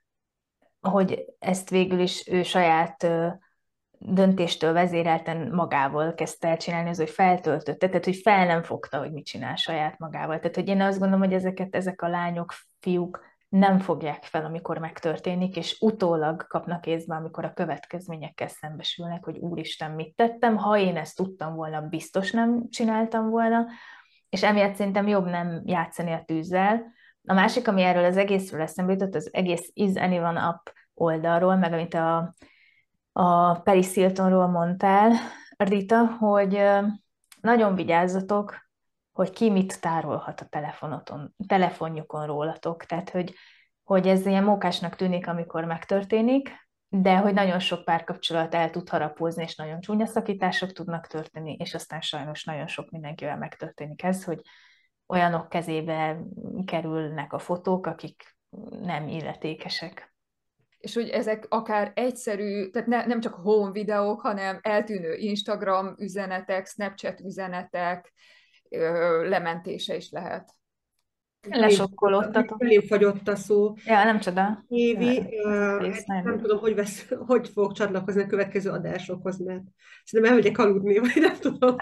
hogy ezt végül is ő saját döntéstől vezérelten magával kezdte el csinálni, az, hogy feltöltötte, tehát hogy fel nem fogta, hogy mit csinál saját magával. Tehát, hogy én azt gondolom, hogy ezeket, ezek a lányok, fiúk nem fogják fel, amikor megtörténik, és utólag kapnak észbe, amikor a következményekkel szembesülnek, hogy úristen, mit tettem, ha én ezt tudtam volna, biztos nem csináltam volna, és emiatt szerintem jobb nem játszani a tűzzel. A másik, ami erről az egészről eszembe jutott, az egész Is Anyone Up oldalról, meg amit a, a Paris Hiltonról mondtál, Rita, hogy nagyon vigyázzatok, hogy ki mit tárolhat a telefonoton, telefonjukon rólatok. Tehát, hogy, hogy ez ilyen mókásnak tűnik, amikor megtörténik, de hogy nagyon sok párkapcsolat el tud harapózni, és nagyon csúnya szakítások tudnak történni, és aztán sajnos nagyon sok mindenkivel megtörténik ez, hogy olyanok kezébe kerülnek a fotók, akik nem illetékesek. És hogy ezek akár egyszerű, tehát ne, nem csak home videók, hanem eltűnő Instagram üzenetek, Snapchat üzenetek, ö, lementése is lehet. Lesokkolódtatok. Felém fagyott a szó. Ja, nem csoda. Évi, Ja, uh, rész, hát nem. nem tudom, hogy, vesz, hogy fogok csatlakozni a következő adásokhoz, mert szerintem elmegyek aludni, vagy nem tudom.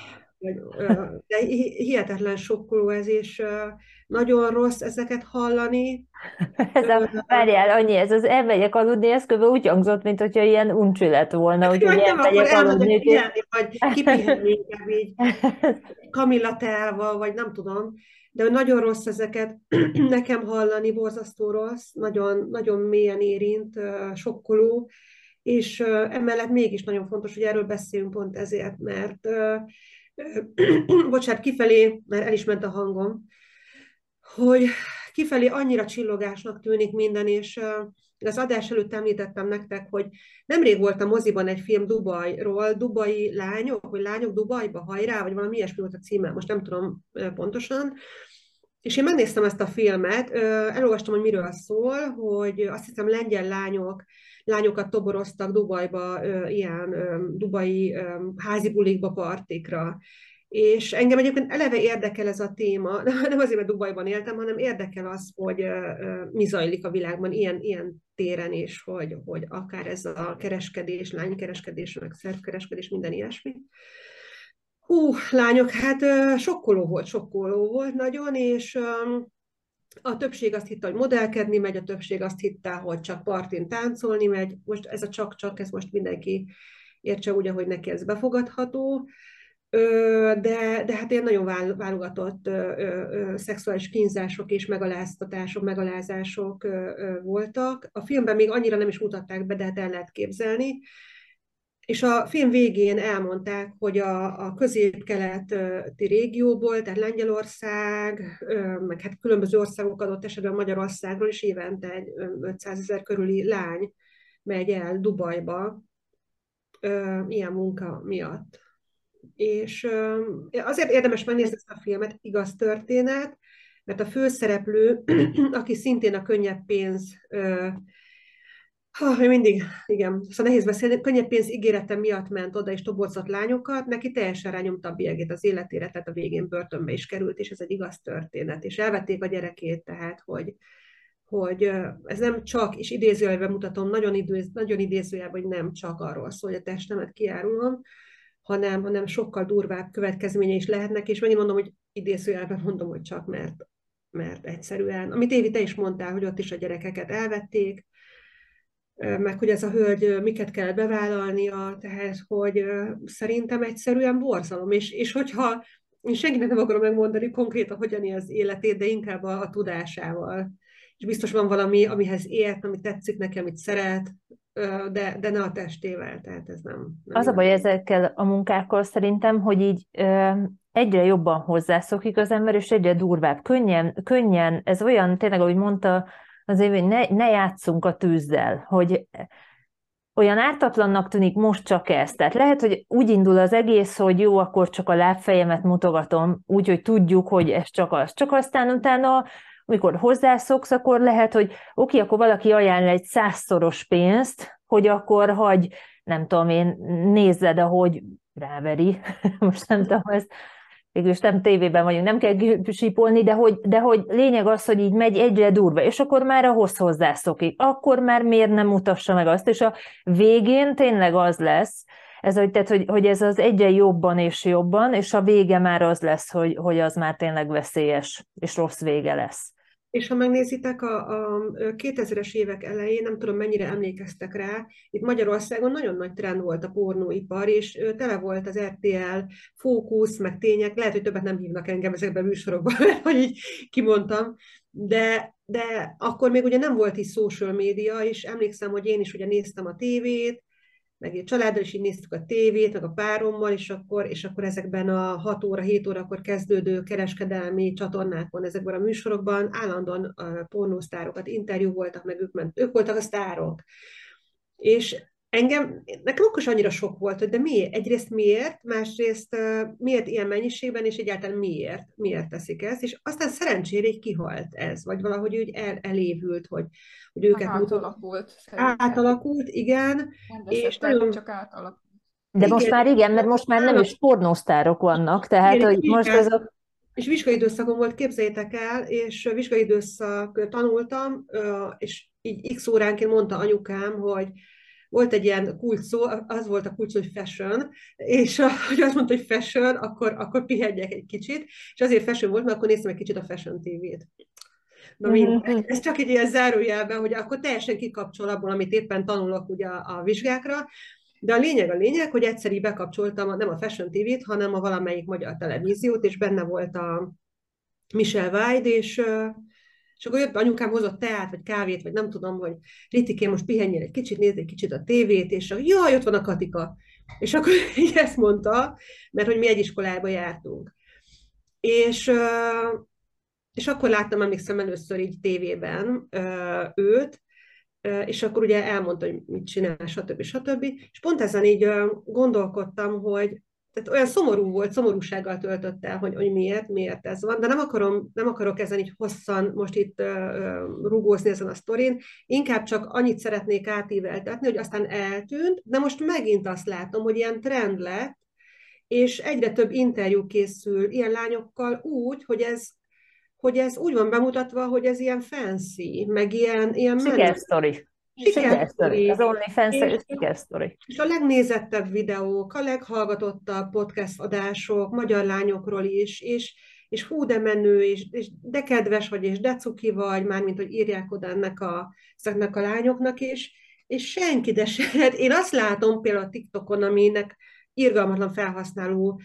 De hihetetlen sokkoló ez, és nagyon rossz ezeket hallani. Ez a, várjál, annyi, ez az elmegyek aludni, ez kb. Úgy hangzott, mint hogyha ilyen uncsi lett volna, hogy Jaj, ugye nem, akkor elmegyek aludni. elmegyek pihenni, vagy kipihenni inkább így Kamilla teával, vagy nem tudom. De nagyon rossz ezeket nekem hallani, borzasztó rossz, nagyon, nagyon mélyen érint, sokkoló, és emellett mégis nagyon fontos, hogy erről beszéljünk pont ezért, mert bocsánat, kifelé, mert el is ment a hangom, hogy kifelé annyira csillogásnak tűnik minden, és az adás előtt említettem nektek, hogy nemrég volt a moziban egy film Dubajról, dubai lányok, vagy lányok Dubajba, hajrá, vagy valami ilyesmi volt a címe, most nem tudom pontosan, és én megnéztem ezt a filmet, elolvastam, hogy miről szól, hogy azt hiszem lengyel lányok, lányokat toboroztak Dubajba, ilyen dubai házi bulikba, partikra. És engem egyébként eleve érdekel ez a téma, nem azért, mert Dubajban éltem, hanem érdekel az, hogy mi zajlik a világban ilyen, ilyen téren, és hogy, hogy akár ez a kereskedés, lánykereskedés, meg szervkereskedés, minden ilyesmi. Hú, lányok, hát sokkoló volt, sokkoló volt nagyon, és a többség azt hitte, hogy modellkedni megy, a többség azt hitte, hogy csak partin táncolni megy. Most ez a csak-csak, ez most mindenki értse úgy, ahogy neki ez befogadható. De, de hát ilyen nagyon válogatott ö, ö, szexuális kínzások és megaláztatások, megalázások ö, ö, voltak. A filmben még annyira nem is mutatták be, de hát el lehet képzelni. És a film végén elmondták, hogy a, a közép-keleti régióból, tehát Lengyelország, meg hát különböző országok, adott esetben Magyarországról is évente egy ötszázezer körüli lány megy el Dubajba ilyen munka miatt. És azért érdemes megnézni ezt a filmet, igaz történet, mert a főszereplő, aki szintén a könnyebb pénz, ha, mindig, igen, szóval nehéz beszélni, könnyebb pénz ígérete miatt ment oda és toborzott lányokat, neki teljesen rányomta a bélyegét az életére, tehát a végén börtönbe is került, és ez egy igaz történet, és elvették a gyerekét, tehát, hogy, hogy ez nem csak, és idézőjelben mutatom, nagyon, idéz, nagyon idézőjelben, hogy nem csak arról szól, hogy a testemet kiárulom, hanem, hanem sokkal durvább következménye is lehetnek, és megint mondom, hogy idézőjelben mondom, hogy csak, mert, mert egyszerűen, amit Évi, te is mondtál, hogy ott is a gyerekeket elvették, meg hogy ez a hölgy miket kell bevállalnia, tehát, hogy szerintem egyszerűen borzalom, és, és hogyha én senkinek nem akarom megmondani konkrétan, hogyan él az életét, de inkább a, a tudásával. És biztos van valami, amihez ért, ami tetszik neki, amit szeret, de, de ne a testével, tehát ez nem... nem az a baj ezekkel a munkákkal szerintem, hogy így ö, egyre jobban hozzászokik az ember, és egyre durvább. Könnyen, könnyen, ez olyan, tényleg, ahogy mondta az év, hogy ne, ne játsszunk a tűzzel, hogy olyan ártatlannak tűnik most csak ez. Tehát lehet, hogy úgy indul az egész, hogy jó, akkor csak a lábfejemet mutogatom, úgy, hogy tudjuk, hogy ez csak az. Csak aztán utána, amikor hozzászoksz, akkor lehet, hogy oké, akkor valaki ajánl egy százszoros pénzt, hogy akkor hagy, nem tudom én, nézzed, ahogy ráveri, most nem tudom, ez végülis nem tévében vagyunk, nem kell sípolni, de hogy, de hogy lényeg az, hogy így megy egyre durva, és akkor már ahhoz hozzászokik, akkor már miért nem mutassa meg azt, és a végén tényleg az lesz, ez, hogy, tehát, hogy, hogy ez az egyre jobban és jobban, és a vége már az lesz, hogy, hogy az már tényleg veszélyes, és rossz vége lesz. És ha megnézitek, a, a kétezres évek elején, nem tudom mennyire emlékeztek rá, itt Magyarországon nagyon nagy trend volt a pornóipar, és ö, tele volt az er té el, Fókusz, meg Tények, lehet, hogy többet nem hívnak engem ezekben a műsorokban, mert hogy így kimondtam, de, de akkor még ugye nem volt is social média, és emlékszem, hogy én is ugye néztem a tévét, meg egy családdal is így néztük a tévét, meg a párommal, és akkor, és akkor ezekben a hat óra, hét órakor kezdődő kereskedelmi csatornákon, ezekben a műsorokban állandóan a pornósztárokat interjú voltak, meg ők, ment, ők voltak a sztárok. És engem, nekem akkor is annyira sok volt, hogy de miért? Egyrészt miért, másrészt uh, miért ilyen mennyiségben, és egyáltalán miért? Miért teszik ezt? És aztán szerencsére így kihalt ez, vagy valahogy úgy el, elévült, hogy, hogy őket mutat. Átalakult, szerintem. Átalakult, igen. És Rendezettek, nagyon, csak átalakult. De most igen, már igen, mert most már nem is pornósztárok vannak, tehát igen, hogy és most vizsgál- azok... és vizsgaidőszakom volt, képzeljétek el, és vizsgaidőszak tanultam, ö, és így x óránként mondta anyukám, hogy volt egy ilyen kulcs szó, az volt a kulcs, hogy fashion, és a, hogy azt mondta, hogy fashion, akkor, akkor pihenjek egy kicsit, és azért fashion volt, mert akkor néztem egy kicsit a Fashion té vét. Na mindegy, ez csak egy ilyen zárójelben, hogy akkor teljesen kikapcsol abból, amit éppen tanulok ugye a, a vizsgákra, de a lényeg a lényeg, hogy egyszer így bekapcsoltam a, nem a Fashion té vét, hanem a valamelyik magyar televíziót, és benne volt a Michelle Wide, és, és akkor jött anyukám, hozott teát, vagy kávét, vagy nem tudom, hogy Ritikém, most pihenjél egy kicsit, nézd egy kicsit a tévét, és jaj, ott van a Katika. És akkor így ezt mondta, mert hogy mi egy iskolába jártunk. És, és akkor láttam, emlékszem először így tévében őt, és akkor ugye elmondta, hogy mit csinál, stb. stb. És pont ezen így gondolkodtam, hogy tehát olyan szomorú volt, szomorúsággal töltött el, hogy, hogy miért, miért ez van, de nem, akarom, nem akarok ezen így hosszan most itt uh, rugózni ezen a sztorin, inkább csak annyit szeretnék átíveltetni, hogy aztán eltűnt, de most megint azt látom, hogy ilyen trend lett, és egyre több interjú készül ilyen lányokkal úgy, hogy ez, hogy ez úgy van bemutatva, hogy ez ilyen fancy, meg ilyen, ilyen menő. Sikersztori. Sikersztori. Az OnlyFans egy sikersztori. És a legnézettebb videók, a leghallgatottabb podcast adások, magyar lányokról is, és, és hú, de menő, és, és de kedves vagy, és de cuki vagy, mármint, hogy írják oda ennek a, ezeknek a lányoknak is, és senki, de se. Én azt látom például a TikTokon, aminek irgalmatlan felhasználó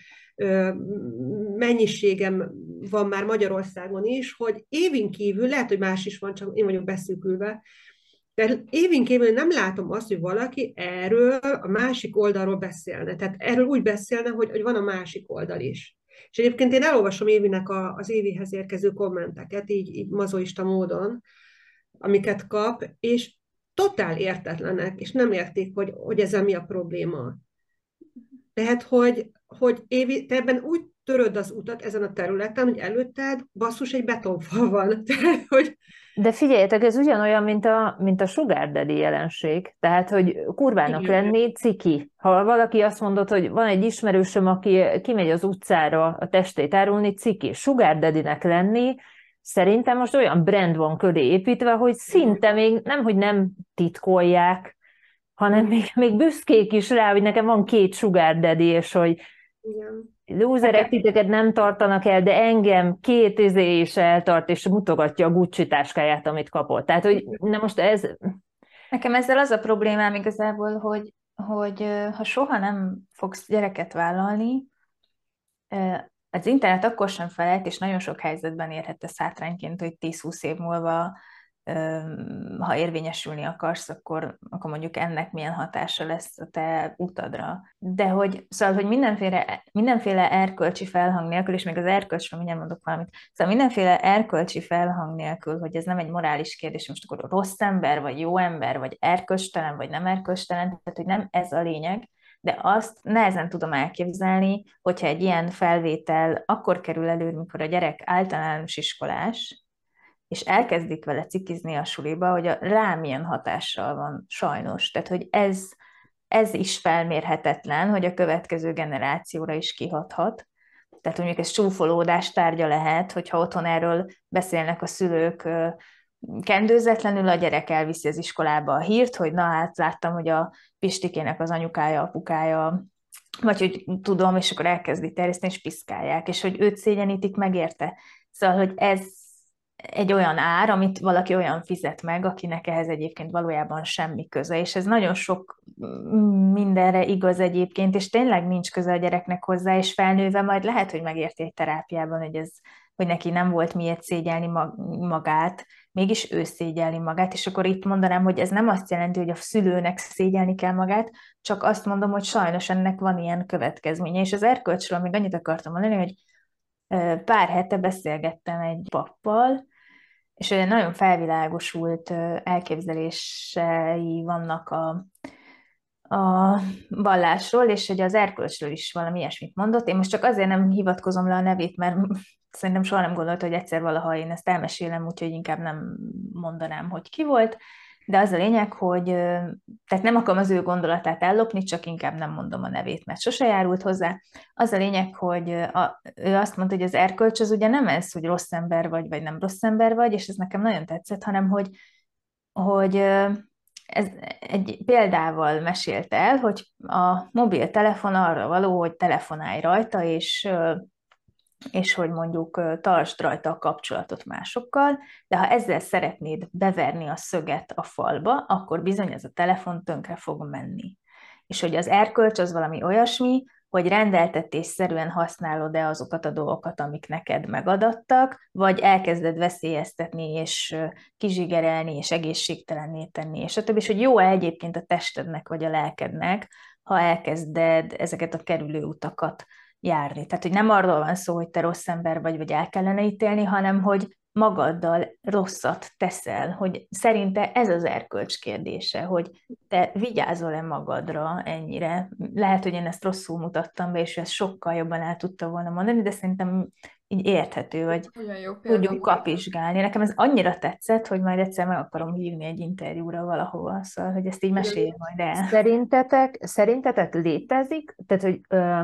mennyiségem van már Magyarországon is, hogy évin kívül, lehet, hogy más is van, csak én vagyok beszűkülve, de évin kívül nem látom azt, hogy valaki erről a másik oldalról beszélne. Tehát erről úgy beszélne, hogy, hogy van a másik oldal is. És egyébként én elolvasom Évinek a, az Évihez érkező kommenteket, így, így mazoista módon, amiket kap, és totál értetlenek, és nem értik, hogy, hogy ezzel mi a probléma. Tehát, hogy, hogy Évi, te ebben úgy töröd az utat ezen a területen, hogy előtted basszus egy betonfal van. Tehát, hogy... De figyeljetek, ez ugyanolyan, mint a, mint a sugar daddy jelenség. Tehát, hogy kurvának Igen. lenni ciki. Ha valaki azt mondod, hogy van egy ismerősöm, aki kimegy az utcára a testét árulni, ciki. Sugar daddynek lenni, szerintem most olyan brand van köré építve, hogy szinte még nem, hogy nem titkolják, hanem még, még büszkék is rá, hogy nekem van két sugar daddy, és hogy Igen. lúzerek titeket nem tartanak el, de engem két izé is eltart, és mutogatja a Gucci táskáját, amit kapott. Tehát, hogy na most ez... Nekem ezzel az a problémám igazából, hogy, hogy ha soha nem fogsz gyereket vállalni, az internet akkor sem felelt, és nagyon sok helyzetben érhet ez hátrányként, hogy tíz-húsz év múlva, ha érvényesülni akarsz, akkor, akkor mondjuk ennek milyen hatása lesz a te utadra. De hogy, szóval, hogy mindenféle, mindenféle erkölcsi felhang nélkül, és még az erkölcsről mindjárt mondok valamit, szóval mindenféle erkölcsi felhang nélkül, hogy ez nem egy morális kérdés, most akkor rossz ember, vagy jó ember, vagy erkölcstelen, vagy nem erkölcstelen, tehát hogy nem ez a lényeg, de azt nehezen tudom elképzelni, hogyha egy ilyen felvétel akkor kerül elő, mikor a gyerek általános iskolás, és elkezdik vele cikizni a suliba, hogy a, rá milyen hatással van sajnos. Tehát, hogy ez, ez is felmérhetetlen, hogy a következő generációra is kihathat. Tehát, hogy mondjuk ez csúfolódás tárgya lehet, hogyha otthon erről beszélnek a szülők kendőzetlenül, a gyerek elviszi az iskolába a hírt, hogy na hát láttam, hogy a Pistikének az anyukája, apukája, vagy hogy tudom, és akkor elkezdi terjeszteni, és piszkálják, és hogy őt szégyenítik meg érte. Szóval, hogy ez egy olyan ár, amit valaki olyan fizet meg, akinek ehhez egyébként valójában semmi köze, és ez nagyon sok mindenre igaz egyébként, és tényleg nincs köze a gyereknek hozzá, és felnőve majd lehet, hogy megérti egy terápiában, hogy, ez, hogy neki nem volt miért szégyelni magát, mégis ő szégyelni magát, és akkor itt mondanám, hogy ez nem azt jelenti, hogy a szülőnek szégyelni kell magát, csak azt mondom, hogy sajnos ennek van ilyen következménye, és az erkölcsről még annyit akartam mondani, hogy pár hete beszélgettem egy pappal, és egy nagyon felvilágosult elképzelései vannak a, a vallásról, és hogy az erkölcsről is valami ilyesmit mondott. Én most csak azért nem hivatkozom le a nevét, mert szerintem soha nem gondolta, hogy egyszer valaha én ezt elmesélem, úgyhogy inkább nem mondanám, hogy ki volt. De az a lényeg, hogy tehát nem akarom az ő gondolatát ellopni, csak inkább nem mondom a nevét, mert sose járult hozzá. Az a lényeg, hogy a, ő azt mondta, hogy az erkölcs az ugye nem ez, hogy rossz ember vagy, vagy nem rossz ember vagy, és ez nekem nagyon tetszett, hanem hogy, hogy ez egy példával mesélt el, hogy a mobiltelefon arra való, hogy telefonálj rajta, és és hogy mondjuk tartsd rajta a kapcsolatot másokkal, de ha ezzel szeretnéd beverni a szöget a falba, akkor bizony ez a telefon tönkre fog menni. És hogy az erkölcs az valami olyasmi, hogy rendeltetésszerűen használod-e azokat a dolgokat, amik neked megadattak, vagy elkezded veszélyeztetni, és kizsigerelni, és egészségtelenné tenni, és a többi, és hogy jó-e egyébként a testednek, vagy a lelkednek, ha elkezded ezeket a kerülő utakat járni. Tehát, hogy nem arról van szó, hogy te rossz ember vagy, vagy el kellene ítélni, hanem, hogy magaddal rosszat teszel, hogy szerinte ez az erkölcs kérdése, hogy te vigyázol-e magadra ennyire. Lehet, hogy én ezt rosszul mutattam be, és ezt sokkal jobban el tudta volna mondani, de szerintem így érthető, hogy tudjuk kapizsgálni. Nekem ez annyira tetszett, hogy majd egyszer meg akarom hívni egy interjúra valahova, szóval, hogy ezt így mesélj majd el. Szerintetek, szerintetek létezik, tehát, hogy ö,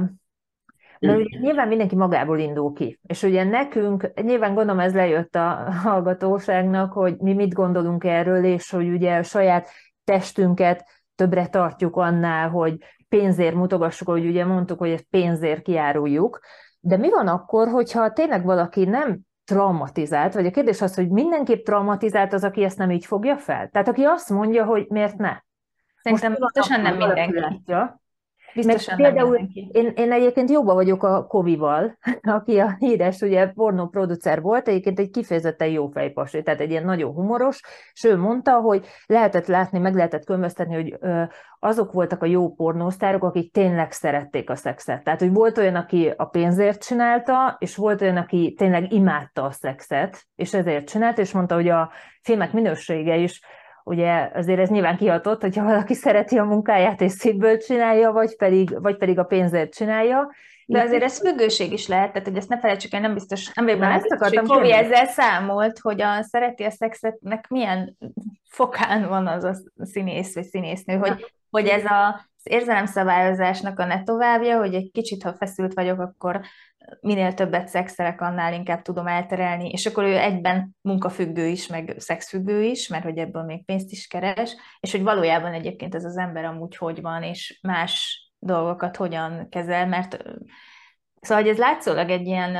mert ugye nyilván mindenki magából indul ki, és ugye nekünk, nyilván gondolom ez lejött a hallgatóságnak, hogy mi mit gondolunk erről, és hogy ugye a saját testünket többre tartjuk annál, hogy pénzért mutogassuk, hogy ugye mondtuk, hogy ezt pénzért kiáruljuk, de mi van akkor, hogyha tényleg valaki nem traumatizált, vagy a kérdés az, hogy mindenképp traumatizált az, aki ezt nem így fogja fel? Tehát aki azt mondja, hogy miért ne? Szerintem biztosan nem mindenki. Látja. Biztosan Meg nem például én, én egyébként jóba vagyok a Kovival, aki a híres, ugye pornóproducer volt, egyébként egy kifejezetten jó fejpasi, tehát egy ilyen nagyon humoros, és ő mondta, hogy lehetett látni, meg lehetett különböztetni, hogy ö, azok voltak a jó pornósztárok, akik tényleg szerették a szexet. Tehát, hogy volt olyan, aki a pénzért csinálta, és volt olyan, aki tényleg imádta a szexet, és ezért csinálta, és mondta, hogy a filmek minősége is ugye azért ez nyilván kihatott, hogyha valaki szereti a munkáját és szívből csinálja, vagy pedig, vagy pedig a pénzért csinálja. De azért ez függőség is lehet, tehát hogy ezt ne felejtsük el, nem biztos, nem vagyok benne biztos, hogy Kovi ezzel számolt, hogy a szereti a szexetnek milyen fokán van az a színész vagy színésznő, hogy, hogy ez a az érzelemszabályozásnak a ne továbbja, hogy egy kicsit, ha feszült vagyok, akkor minél többet szexelek, annál inkább tudom elterelni, és akkor ő egyben munkafüggő is, meg szexfüggő is, mert hogy ebből még pénzt is keres, és hogy valójában egyébként ez az ember amúgy hogy van, és más dolgokat hogyan kezel, mert szóval, hogy ez látszólag egy ilyen,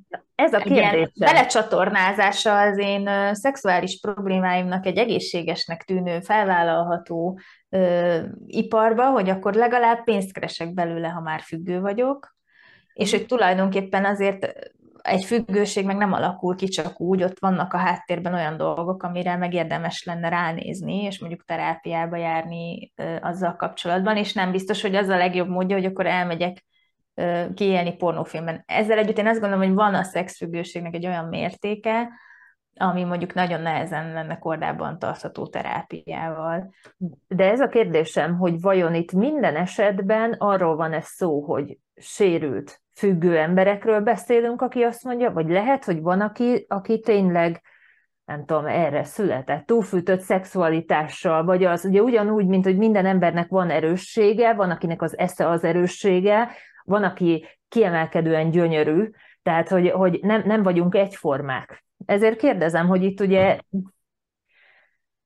ez a egy ilyen belecsatornázása az én szexuális problémáimnak egy egészségesnek tűnő, felvállalható ö, iparba, hogy akkor legalább pénzt keresek belőle, ha már függő vagyok, és hogy tulajdonképpen azért egy függőség meg nem alakul ki csak úgy, ott vannak a háttérben olyan dolgok, amire meg érdemes lenne ránézni, és mondjuk terápiába járni ö, azzal kapcsolatban, és nem biztos, hogy az a legjobb módja, hogy akkor elmegyek ö, kiélni pornófilmben. Ezzel együtt én azt gondolom, hogy van a szexfüggőségnek egy olyan mértéke, ami mondjuk nagyon nehezen lenne kordában tartható terápiával. De ez a kérdésem, hogy vajon itt minden esetben arról van ez szó, hogy sérült, függő emberekről beszélünk, aki azt mondja, vagy lehet, hogy van, aki, aki tényleg, nem tudom, erre született, túlfűtött szexualitással, vagy az ugye ugyanúgy, mint hogy minden embernek van erőssége, van, akinek az esze az erőssége, van, aki kiemelkedően gyönyörű, tehát, hogy, hogy nem, nem vagyunk egyformák. Ezért kérdezem, hogy itt ugye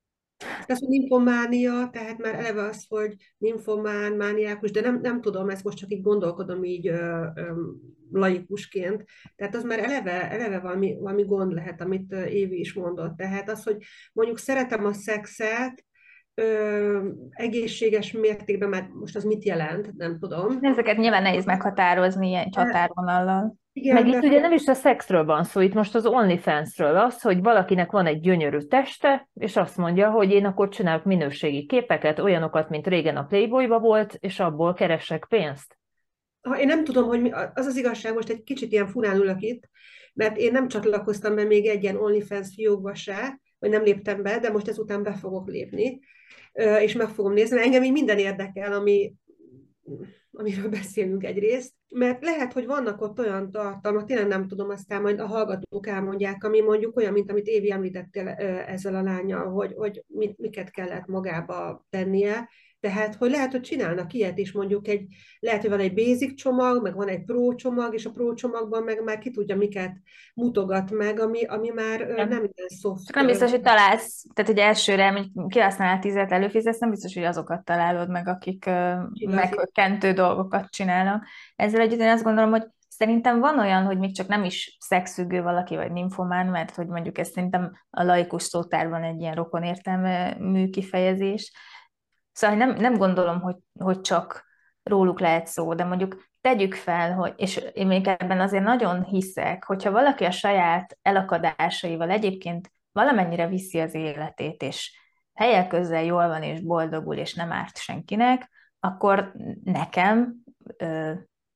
Ez a nymfománia, tehát már eleve az, hogy nymfomán, mániákus, de nem, nem tudom, ezt most csak így gondolkodom így ö, ö, laikusként. Tehát az már eleve, eleve valami, valami gond lehet, amit ö, Évi is mondott. Tehát az, hogy mondjuk szeretem a szexet, ö, egészséges mértékben, mert most az mit jelent, nem tudom. Ezeket nyilván nehéz meghatározni ilyen De, határvonallal. Meg igen, itt de ugye nem is a szexről van szó, itt most az OnlyFans-ről az, hogy valakinek van egy gyönyörű teste, és azt mondja, hogy én akkor csinálok minőségi képeket, olyanokat, mint régen a Playboyba volt, és abból keresek pénzt. ha én nem tudom, hogy mi, az az igazság, most egy kicsit ilyen furán ülök itt, mert én nem csatlakoztam be még egy ilyen OnlyFans fiókba se, vagy nem léptem be, de most ezután be fogok lépni, ö, és meg fogom nézni, mert engem így minden érdekel, ami, amiről beszélünk egyrészt, mert lehet, hogy vannak ott olyan tartalmak, tényleg nem tudom, aztán majd a hallgatók elmondják, ami mondjuk olyan, mint amit Évi említettél ö, ezzel a lányal, hogy, hogy mit, miket kellett magába tennie, tehát, hogy lehet, hogy csinálnak ilyet is, mondjuk egy, lehet, hogy van egy basic csomag, meg van egy pro csomag, és a pro csomagban meg már ki tudja, miket mutogat meg, ami, ami már ö, Nem. nem ilyen soft. Csak nem biztos, hogy találsz, tehát hogy elsőre, mondjuk kihasználál tízet, előfizetsz, nem biztos, hogy azokat találod meg, akik ö, meghökkentő dolgokat csinálnak. Ezzel együtt én azt gondolom, hogy szerintem van olyan, hogy még csak nem is szexfüggő valaki, vagy nymfomán, mert hogy mondjuk ez szerintem a laikus szótárban egy ilyen rokonértelmű kifejezés. Szóval nem, nem gondolom, hogy, hogy csak róluk lehet szó, de mondjuk tegyük fel, hogy, és én még ebben azért nagyon hiszek, hogyha valaki a saját elakadásaival egyébként valamennyire viszi az életét, és helyek közel jól van, és boldogul, és nem árt senkinek, akkor nekem ö,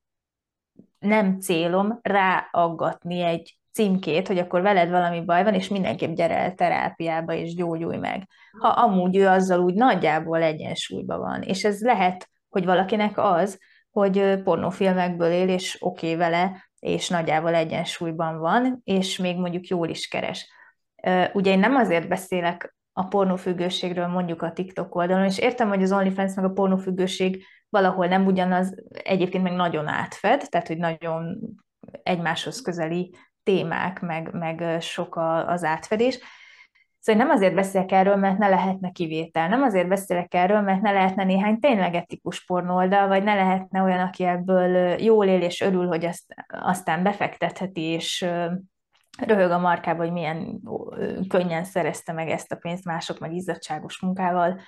nem célom ráaggatni egy címkét, hogy akkor veled valami baj van, és mindenképp gyere el terápiába, és gyógyulj meg. Ha amúgy ő azzal úgy nagyjából egyensúlyban van. És ez lehet, hogy valakinek az, hogy pornófilmekből él, és oké okay vele, és nagyjából egyensúlyban van, és még mondjuk jól is keres. Ugye én nem azért beszélek a pornófüggőségről mondjuk a TikTok oldalon, és értem, hogy az OnlyFans meg a pornófüggőség valahol nem ugyanaz, egyébként meg nagyon átfed, tehát hogy nagyon egymáshoz közeli témák, meg, meg sok az átfedés. Szóval nem azért beszélek erről, mert ne lehetne kivétel, nem azért beszélek erről, mert ne lehetne néhány tényleg etikus pornóoldal, vagy ne lehetne olyan, aki ebből jól él és örül, hogy azt, aztán befektetheti, és röhög a markába, hogy milyen könnyen szerezte meg ezt a pénzt, mások meg izzadságos munkával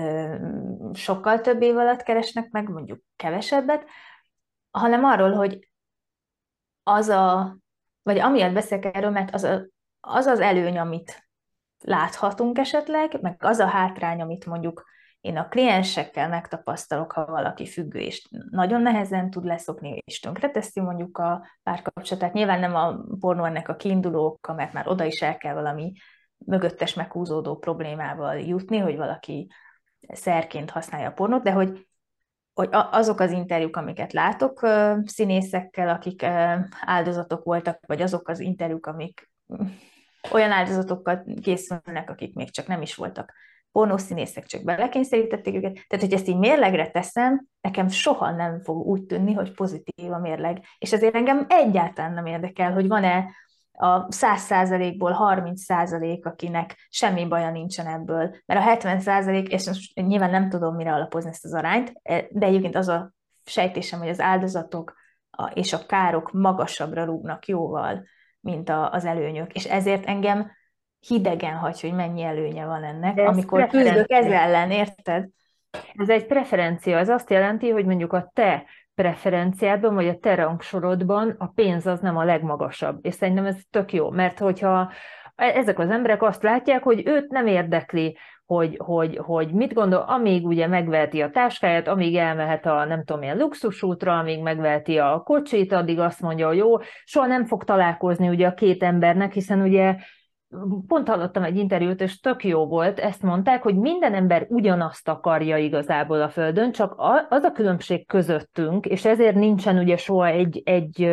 sokkal több év alatt keresnek meg, mondjuk kevesebbet, hanem arról, hogy az a, vagy amiatt beszélek erről, mert az, a, az az előny, amit láthatunk esetleg, meg az a hátrány, amit mondjuk én a kliensekkel megtapasztalok, ha valaki függő, és nagyon nehezen tud leszokni, és tönkreteszi mondjuk a párkapcsolatát. Nyilván nem a pornó ennek a kiinduló oka, mert már oda is el kell valami mögöttes meghúzódó problémával jutni, hogy valaki szerként használja a pornót, de hogy, hogy azok az interjúk, amiket látok színészekkel, akik áldozatok voltak, vagy azok az interjúk, amik olyan áldozatokkal készülnek, akik még csak nem is voltak pornószínészek, csak belekényszerítették őket. Tehát, hogy ezt így mérlegre teszem, nekem soha nem fog úgy tűnni, hogy pozitív a mérleg. És ezért engem egyáltalán nem érdekel, hogy van-e a száz százalékból harminc százalék, akinek semmi baja nincsen ebből. Mert a hetven százalék, és most nyilván nem tudom, mire alapozni ezt az arányt, de egyébként az a sejtésem, hogy az áldozatok és a károk magasabbra rúgnak jóval, mint a, az előnyök. És ezért engem hidegen hagy, hogy mennyi előnye van ennek, amikor küzdök ez ellen, érted? Ez egy preferencia, ez azt jelenti, hogy mondjuk a te preferenciádban, vagy a te rangsorodban a pénz az nem a legmagasabb. És szerintem ez tök jó, mert hogyha ezek az emberek azt látják, hogy őt nem érdekli, hogy, hogy, hogy mit gondol, amíg ugye megveheti a táskáját, amíg elmehet a nem tudom milyen luxusútra, amíg megveheti a kocsit, addig azt mondja, hogy jó, soha nem fog találkozni ugye a két embernek, hiszen ugye pont hallottam egy interjút, és tök jó volt, ezt mondták, hogy minden ember ugyanazt akarja igazából a Földön, csak az a különbség közöttünk, és ezért nincsen ugye soha egy, egy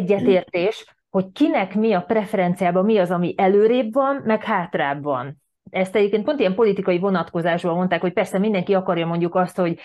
egyetértés, hogy kinek mi a preferenciában, mi az, ami előrébb van, meg hátrább van. ezt egyébként pont ilyen politikai vonatkozásban mondták, hogy persze mindenki akarja mondjuk azt, hogy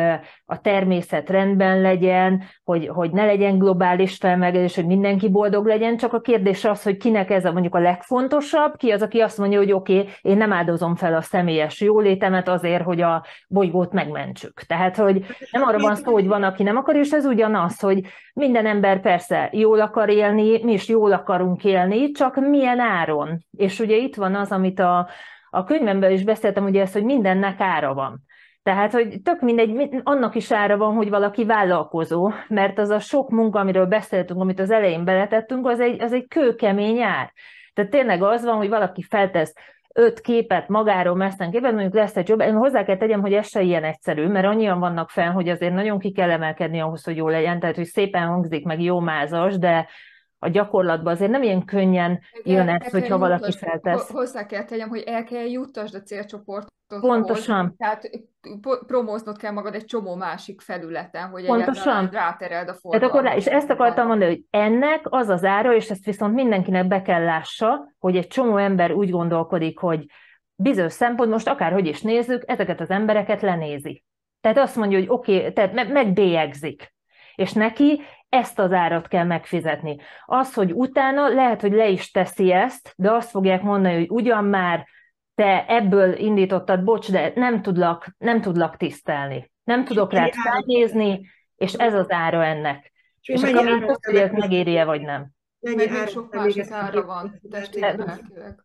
a természet rendben legyen, hogy, hogy ne legyen globális felmelegedés, hogy mindenki boldog legyen, csak a kérdés az, hogy kinek ez a, mondjuk a legfontosabb, ki az, aki azt mondja, hogy oké, okay, én nem áldozom fel a személyes jólétemet azért, hogy a bolygót megmentsük. Tehát, hogy nem arra van szó, hogy van, aki nem akar, és ez ugyanaz, hogy minden ember persze jól akar élni, mi is jól akarunk élni, csak milyen áron. És ugye itt van az, amit a, a könyvemben is beszéltem, ugye ezt, hogy mindennek ára van. Tehát, hogy tök mindegy, annak is ára van, hogy valaki vállalkozó, mert az a sok munka, amiről beszéltünk, amit az elején beletettünk, az egy, az egy kőkemény ár. Tehát tényleg az van, hogy valaki feltesz öt képet magáról, mesztelen képet, mondjuk lesz egy jobb. Én hozzá kell tegyem, hogy ez se ilyen egyszerű, mert annyian vannak fenn, hogy azért nagyon ki kell emelkedni ahhoz, hogy jó legyen, tehát hogy szépen hangzik, meg jó mázas, de a gyakorlatban azért nem ilyen könnyen jön el, ez, el hogyha valaki juttasd, feltesz. hozzá kell tegyem, hogy el kell juttasd a célcsoportot. Pontosan. Tehát promóznod kell magad egy csomó másik felületen, hogy Pontosan. egyáltalán rátereld a forgalmat. Tehát akkor, és ezt akartam mondani, hogy ennek az az ára, és ezt viszont mindenkinek be kell lássa, hogy egy csomó ember úgy gondolkodik, hogy bizonyos szempont, most akárhogy is nézzük, ezeket az embereket lenézi. Tehát azt mondja, hogy oké, okay, tehát megbélyegzik. És neki ezt az árat kell megfizetni. Az, hogy utána lehet, hogy le is teszi ezt, de azt fogják mondani, hogy ugyan már te ebből indítottad, bocs, de nem tudlak, nem tudlak tisztelni. Nem tudok rád felnézni, és ez az ára ennek. És, és akkor még azt, hogy ez megéri-e, vagy nem. Meg még sok másik ára van, testileg.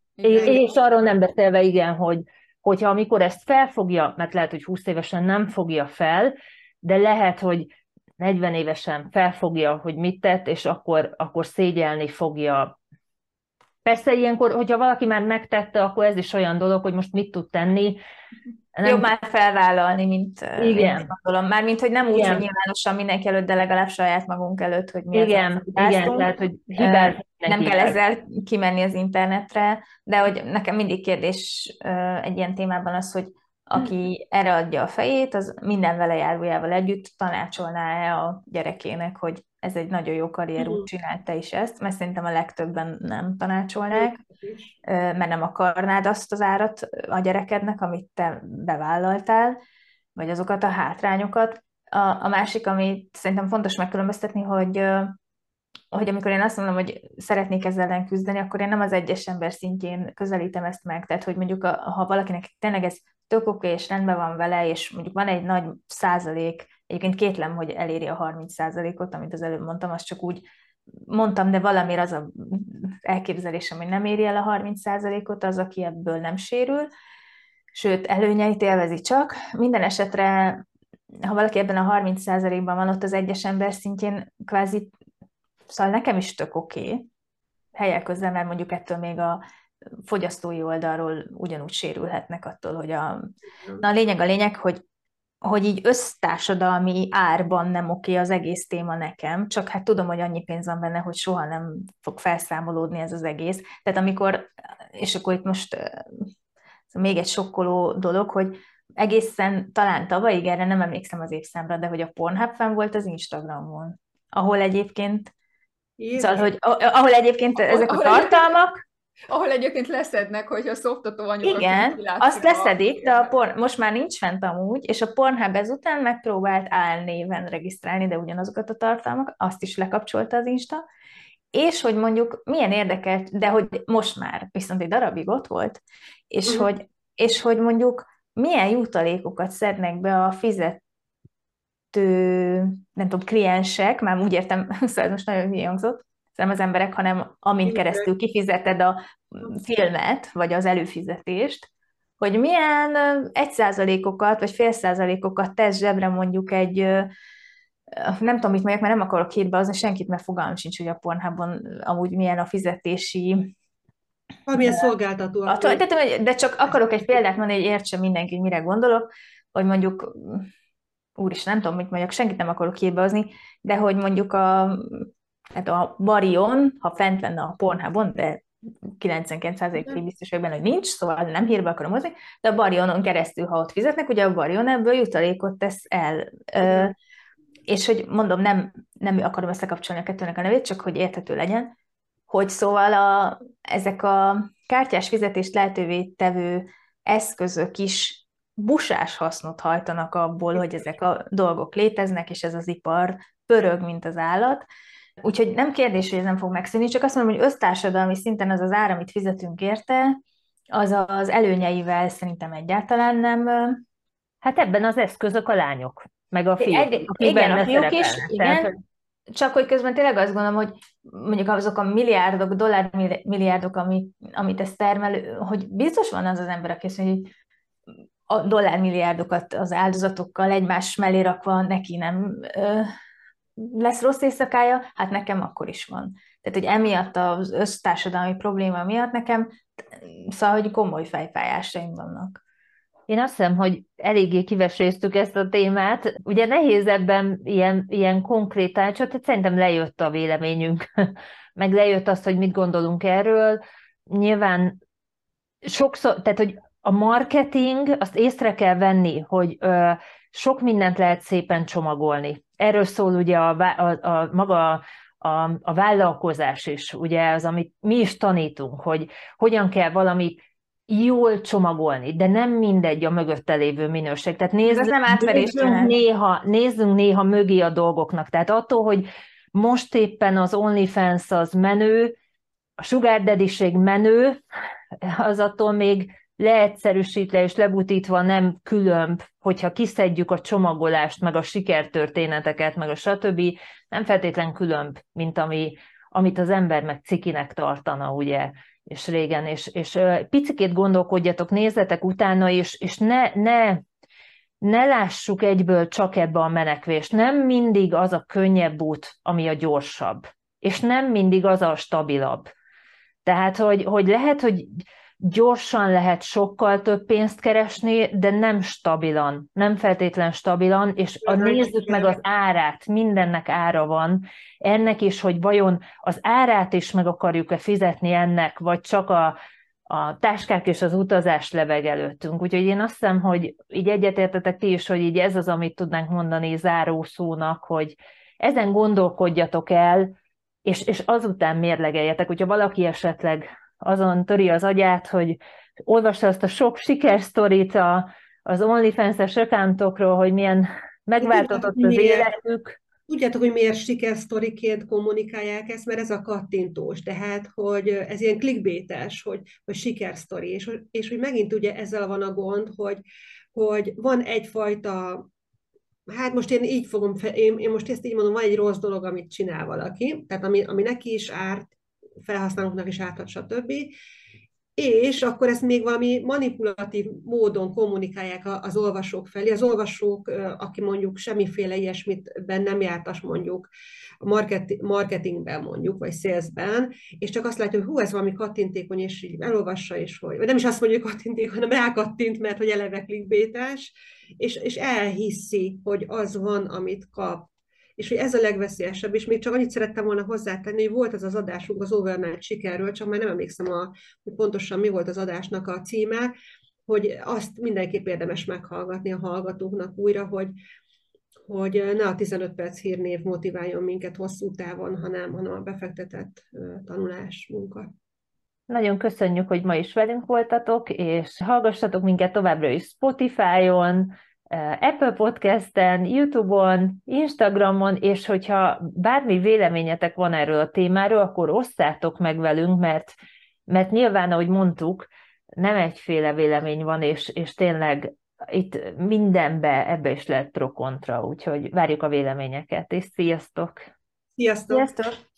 És arról nem beszélve, igen, hogy hogyha amikor ezt felfogja, mert lehet, hogy húsz évesen nem fogja fel, de lehet, hogy negyven évesen felfogja, hogy mit tett, és akkor, akkor szégyelni fogja. Persze ilyenkor, hogyha valaki már megtette, akkor ez is olyan dolog, hogy most mit tud tenni. Nem... Jobb már felvállalni, mint igen. Én gondolom. Mármint, hogy nem úgy, igen. hogy nyilvánosan mindenki előtt, de legalább saját magunk előtt, hogy mi igen, az, igen, tehát, hogy hibát nem kell ezzel kimenni az internetre, de hogy nekem mindig kérdés egy ilyen témában az, hogy aki erre adja a fejét, az minden vele járójával együtt tanácsolná-e a gyerekének, hogy ez egy nagyon jó karrier, úgy csináld te is ezt, mert szerintem a legtöbben nem tanácsolnák, mert nem akarnád azt az árat a gyerekednek, amit te bevállaltál, vagy azokat a hátrányokat. A, a másik, amit szerintem fontos megkülönböztetni, hogy, hogy amikor én azt mondom, hogy szeretnék ezzel ellen küzdeni, akkor én nem az egyes ember szintjén közelítem ezt meg. Tehát, hogy mondjuk, a, ha valakinek tényleg ez tök oké, és rendben van vele, és mondjuk van egy nagy százalék, egyébként kétlem, hogy eléri a harminc százalékot, amit az előbb mondtam, azt csak úgy mondtam, de valamire az az elképzelésem, hogy nem éri el a harminc százalékot, az, aki ebből nem sérül, sőt, előnyeit élvezi csak. Minden esetre, ha valaki ebben a harminc százalékban van, ott az egyes ember szintjén kvázi, szóval nekem is tök oké, helyek közben, mert mondjuk ettől még a fogyasztói oldalról ugyanúgy sérülhetnek attól, hogy a... Na a lényeg a lényeg, hogy, hogy így össztársadalmi árban nem oké az egész téma nekem, csak hát tudom, hogy annyi pénz van benne, hogy soha nem fog felszámolódni ez az egész. Tehát amikor, és akkor itt most még egy sokkoló dolog, hogy egészen talán tavalyig, erre nem emlékszem az évszámra, de hogy a Pornhub fenn volt az Instagramon, ahol egyébként Jézus. Szóval, hogy ahol egyébként ahol, ezek a tartalmak, ahol egyébként leszednek, hogyha szoptató anyukat. Igen, azt leszedik, de a porn, most már nincs fent amúgy, és a Pornhub ezután megpróbált álnéven regisztrálni, de ugyanazokat a tartalmak, azt is lekapcsolta az Insta, és hogy mondjuk milyen érdekelt, de hogy most már viszont egy darabig ott volt, és, uh-huh. hogy, és hogy mondjuk milyen jutalékokat szednek be a fizető, nem tudom, kliensek, már úgy értem, szóval ez most nagyon hülye hangzott, nem az emberek, hanem amin keresztül kifizeted a filmet, vagy az előfizetést, hogy milyen egy százalékokat, vagy fél százalékokat tesz zsebre mondjuk egy, nem tudom, mit mondjak, mert nem akarok hétbehozni senkit, mert fogalmam sincs, hogy a Pornhubon amúgy milyen a fizetési... Valamilyen szolgáltató. A, de csak akarok egy példát mondani, hogy értse mindenki, hogy mire gondolok, hogy mondjuk, úristen, nem tudom, mit mondjak, senkit nem akarok hétbehozni, de hogy mondjuk a... Hát a Barion, ha fent lenne a Pornhubon, de kilencvenkilenc százalékig biztos, hogy benne, hogy nincs, szóval nem hírbe akarom hozni, de a Barionon keresztül, ha ott fizetnek, ugye a Barion ebből jutalékot tesz el. Ö, és hogy mondom, nem, nem akarom összekapcsolni a kettőnek a nevét, csak hogy érthető legyen, hogy szóval a, ezek a kártyás fizetést lehetővé tevő eszközök is busás hasznot hajtanak abból, hogy ezek a dolgok léteznek, és ez az ipar pörög, mint az állat. Úgyhogy nem kérdés, hogy ez nem fog megszűnni, csak azt mondom, hogy össztársadalmi szinten az az ár, amit fizetünk érte, az az előnyeivel szerintem egyáltalán nem. Hát ebben az eszközök a lányok, meg a fiúk, Egy, akik igen, benne a fiúk is, szerepelnek. igen. Tehát, hogy Csak hogy közben tényleg azt gondolom, hogy mondjuk azok a milliárdok, dollármilliárdok, amit, amit ez termel, hogy biztos van az az ember, aki azt mondja, hogy a dollármilliárdokat az áldozatokkal egymás mellé rakva neki nem ö, lesz rossz éjszakája, hát nekem akkor is van. Tehát, hogy emiatt az össztársadalmi probléma miatt nekem, szóval, hogy komoly fejfájásaim vannak. én azt hiszem, hogy eléggé kiveséztük ezt a témát. Ugye nehéz ebben ilyen, ilyen konkrétan, csak szerintem lejött a véleményünk, meg lejött azt, hogy mit gondolunk erről. Nyilván sokszor, tehát, hogy a marketing, azt észre kell venni, hogy ö, sok mindent lehet szépen csomagolni. Erről szól ugye a, a, a maga a, a vállalkozás is, ugye az, amit mi is tanítunk, hogy hogyan kell valamit jól csomagolni, de nem mindegy a mögötte lévő minőség. Tehát nézz, Ez nem átverés nézzünk, lehet. néha, nézzünk néha mögé a dolgoknak. Tehát attól, hogy most éppen az OnlyFans az menő, a Sugar Daddy-ség menő, az attól még leegyszerűsítve és lebutítva nem különb, hogyha kiszedjük a csomagolást, meg a sikertörténeteket, meg a stb. Nem feltétlen különb, mint ami, amit az ember meg cikinek tartana, ugye, és régen, és, és picikét gondolkodjatok, nézzetek utána, és, és ne, ne, ne lássuk egyből csak ebbe a menekvést. Nem mindig az a könnyebb út, ami a gyorsabb, és nem mindig az a stabilabb. Tehát, hogy, hogy lehet, hogy gyorsan lehet sokkal több pénzt keresni, de nem stabilan, nem feltétlen stabilan, és a, nézzük meg az árát, mindennek ára van, ennek is, hogy vajon az árát is meg akarjuk-e fizetni ennek, vagy csak a, a táskák és az utazás lebeg előttünk. Úgyhogy én azt hiszem, hogy így egyetértetek ti is, hogy így ez az, amit tudnánk mondani zárószónak, hogy ezen gondolkodjatok el, és, és azután mérlegeljetek, hogyha valaki esetleg azon töri az agyát, hogy olvassa azt a sok sikersztorit az OnlyFans-es accountokról, hogy milyen megváltozott az életük. Tudjátok, hogy miért sikersztoriként kommunikálják ezt, mert ez a kattintós, tehát, hogy ez ilyen clickbaites, hogy, hogy sikersztori, és, és hogy megint ugye ezzel van a gond, hogy, hogy van egyfajta, hát most én így fogom, én, én most ezt így mondom, van egy rossz dolog, amit csinál valaki, tehát ami, ami neki is árt, felhasználóknak is árthat, stb. És akkor ezt még valami manipulatív módon kommunikálják az olvasók felé. Az olvasók, aki mondjuk semmiféle ilyesmitben nem jártas mondjuk a market, marketingben mondjuk, vagy salesben, és csak azt látja, hogy hú, ez valami kattintékony, és így elolvassa, és hogy, vagy nem is azt mondja, hogy kattintékony, hanem rákattint, mert hogy eleve clickbaites, és, és elhiszi, hogy az van, amit kap. És hogy ez a legveszélyesebb, és még csak annyit szerettem volna hozzátenni, hogy volt az az adásunk az Overnight sikerről, csak már nem emlékszem, a, hogy pontosan mi volt az adásnak a címe, hogy azt mindenképp érdemes meghallgatni a hallgatóknak újra, hogy, hogy ne a tizenöt perc hírnév motiváljon minket hosszú távon, hanem, hanem a befektetett tanulás, munka. Nagyon köszönjük, hogy ma is velünk voltatok, és hallgassatok minket továbbra is Spotify-on, Apple Podcasten, YouTube-on, Instagramon, és hogyha bármi véleményetek van erről a témáról, akkor osszátok meg velünk, mert, mert nyilván, ahogy mondtuk, nem egyféle vélemény van, és, és tényleg itt mindenbe, ebbe is lehet pro-kontra, úgyhogy várjuk a véleményeket, és sziasztok! Sziasztok! Sziasztok!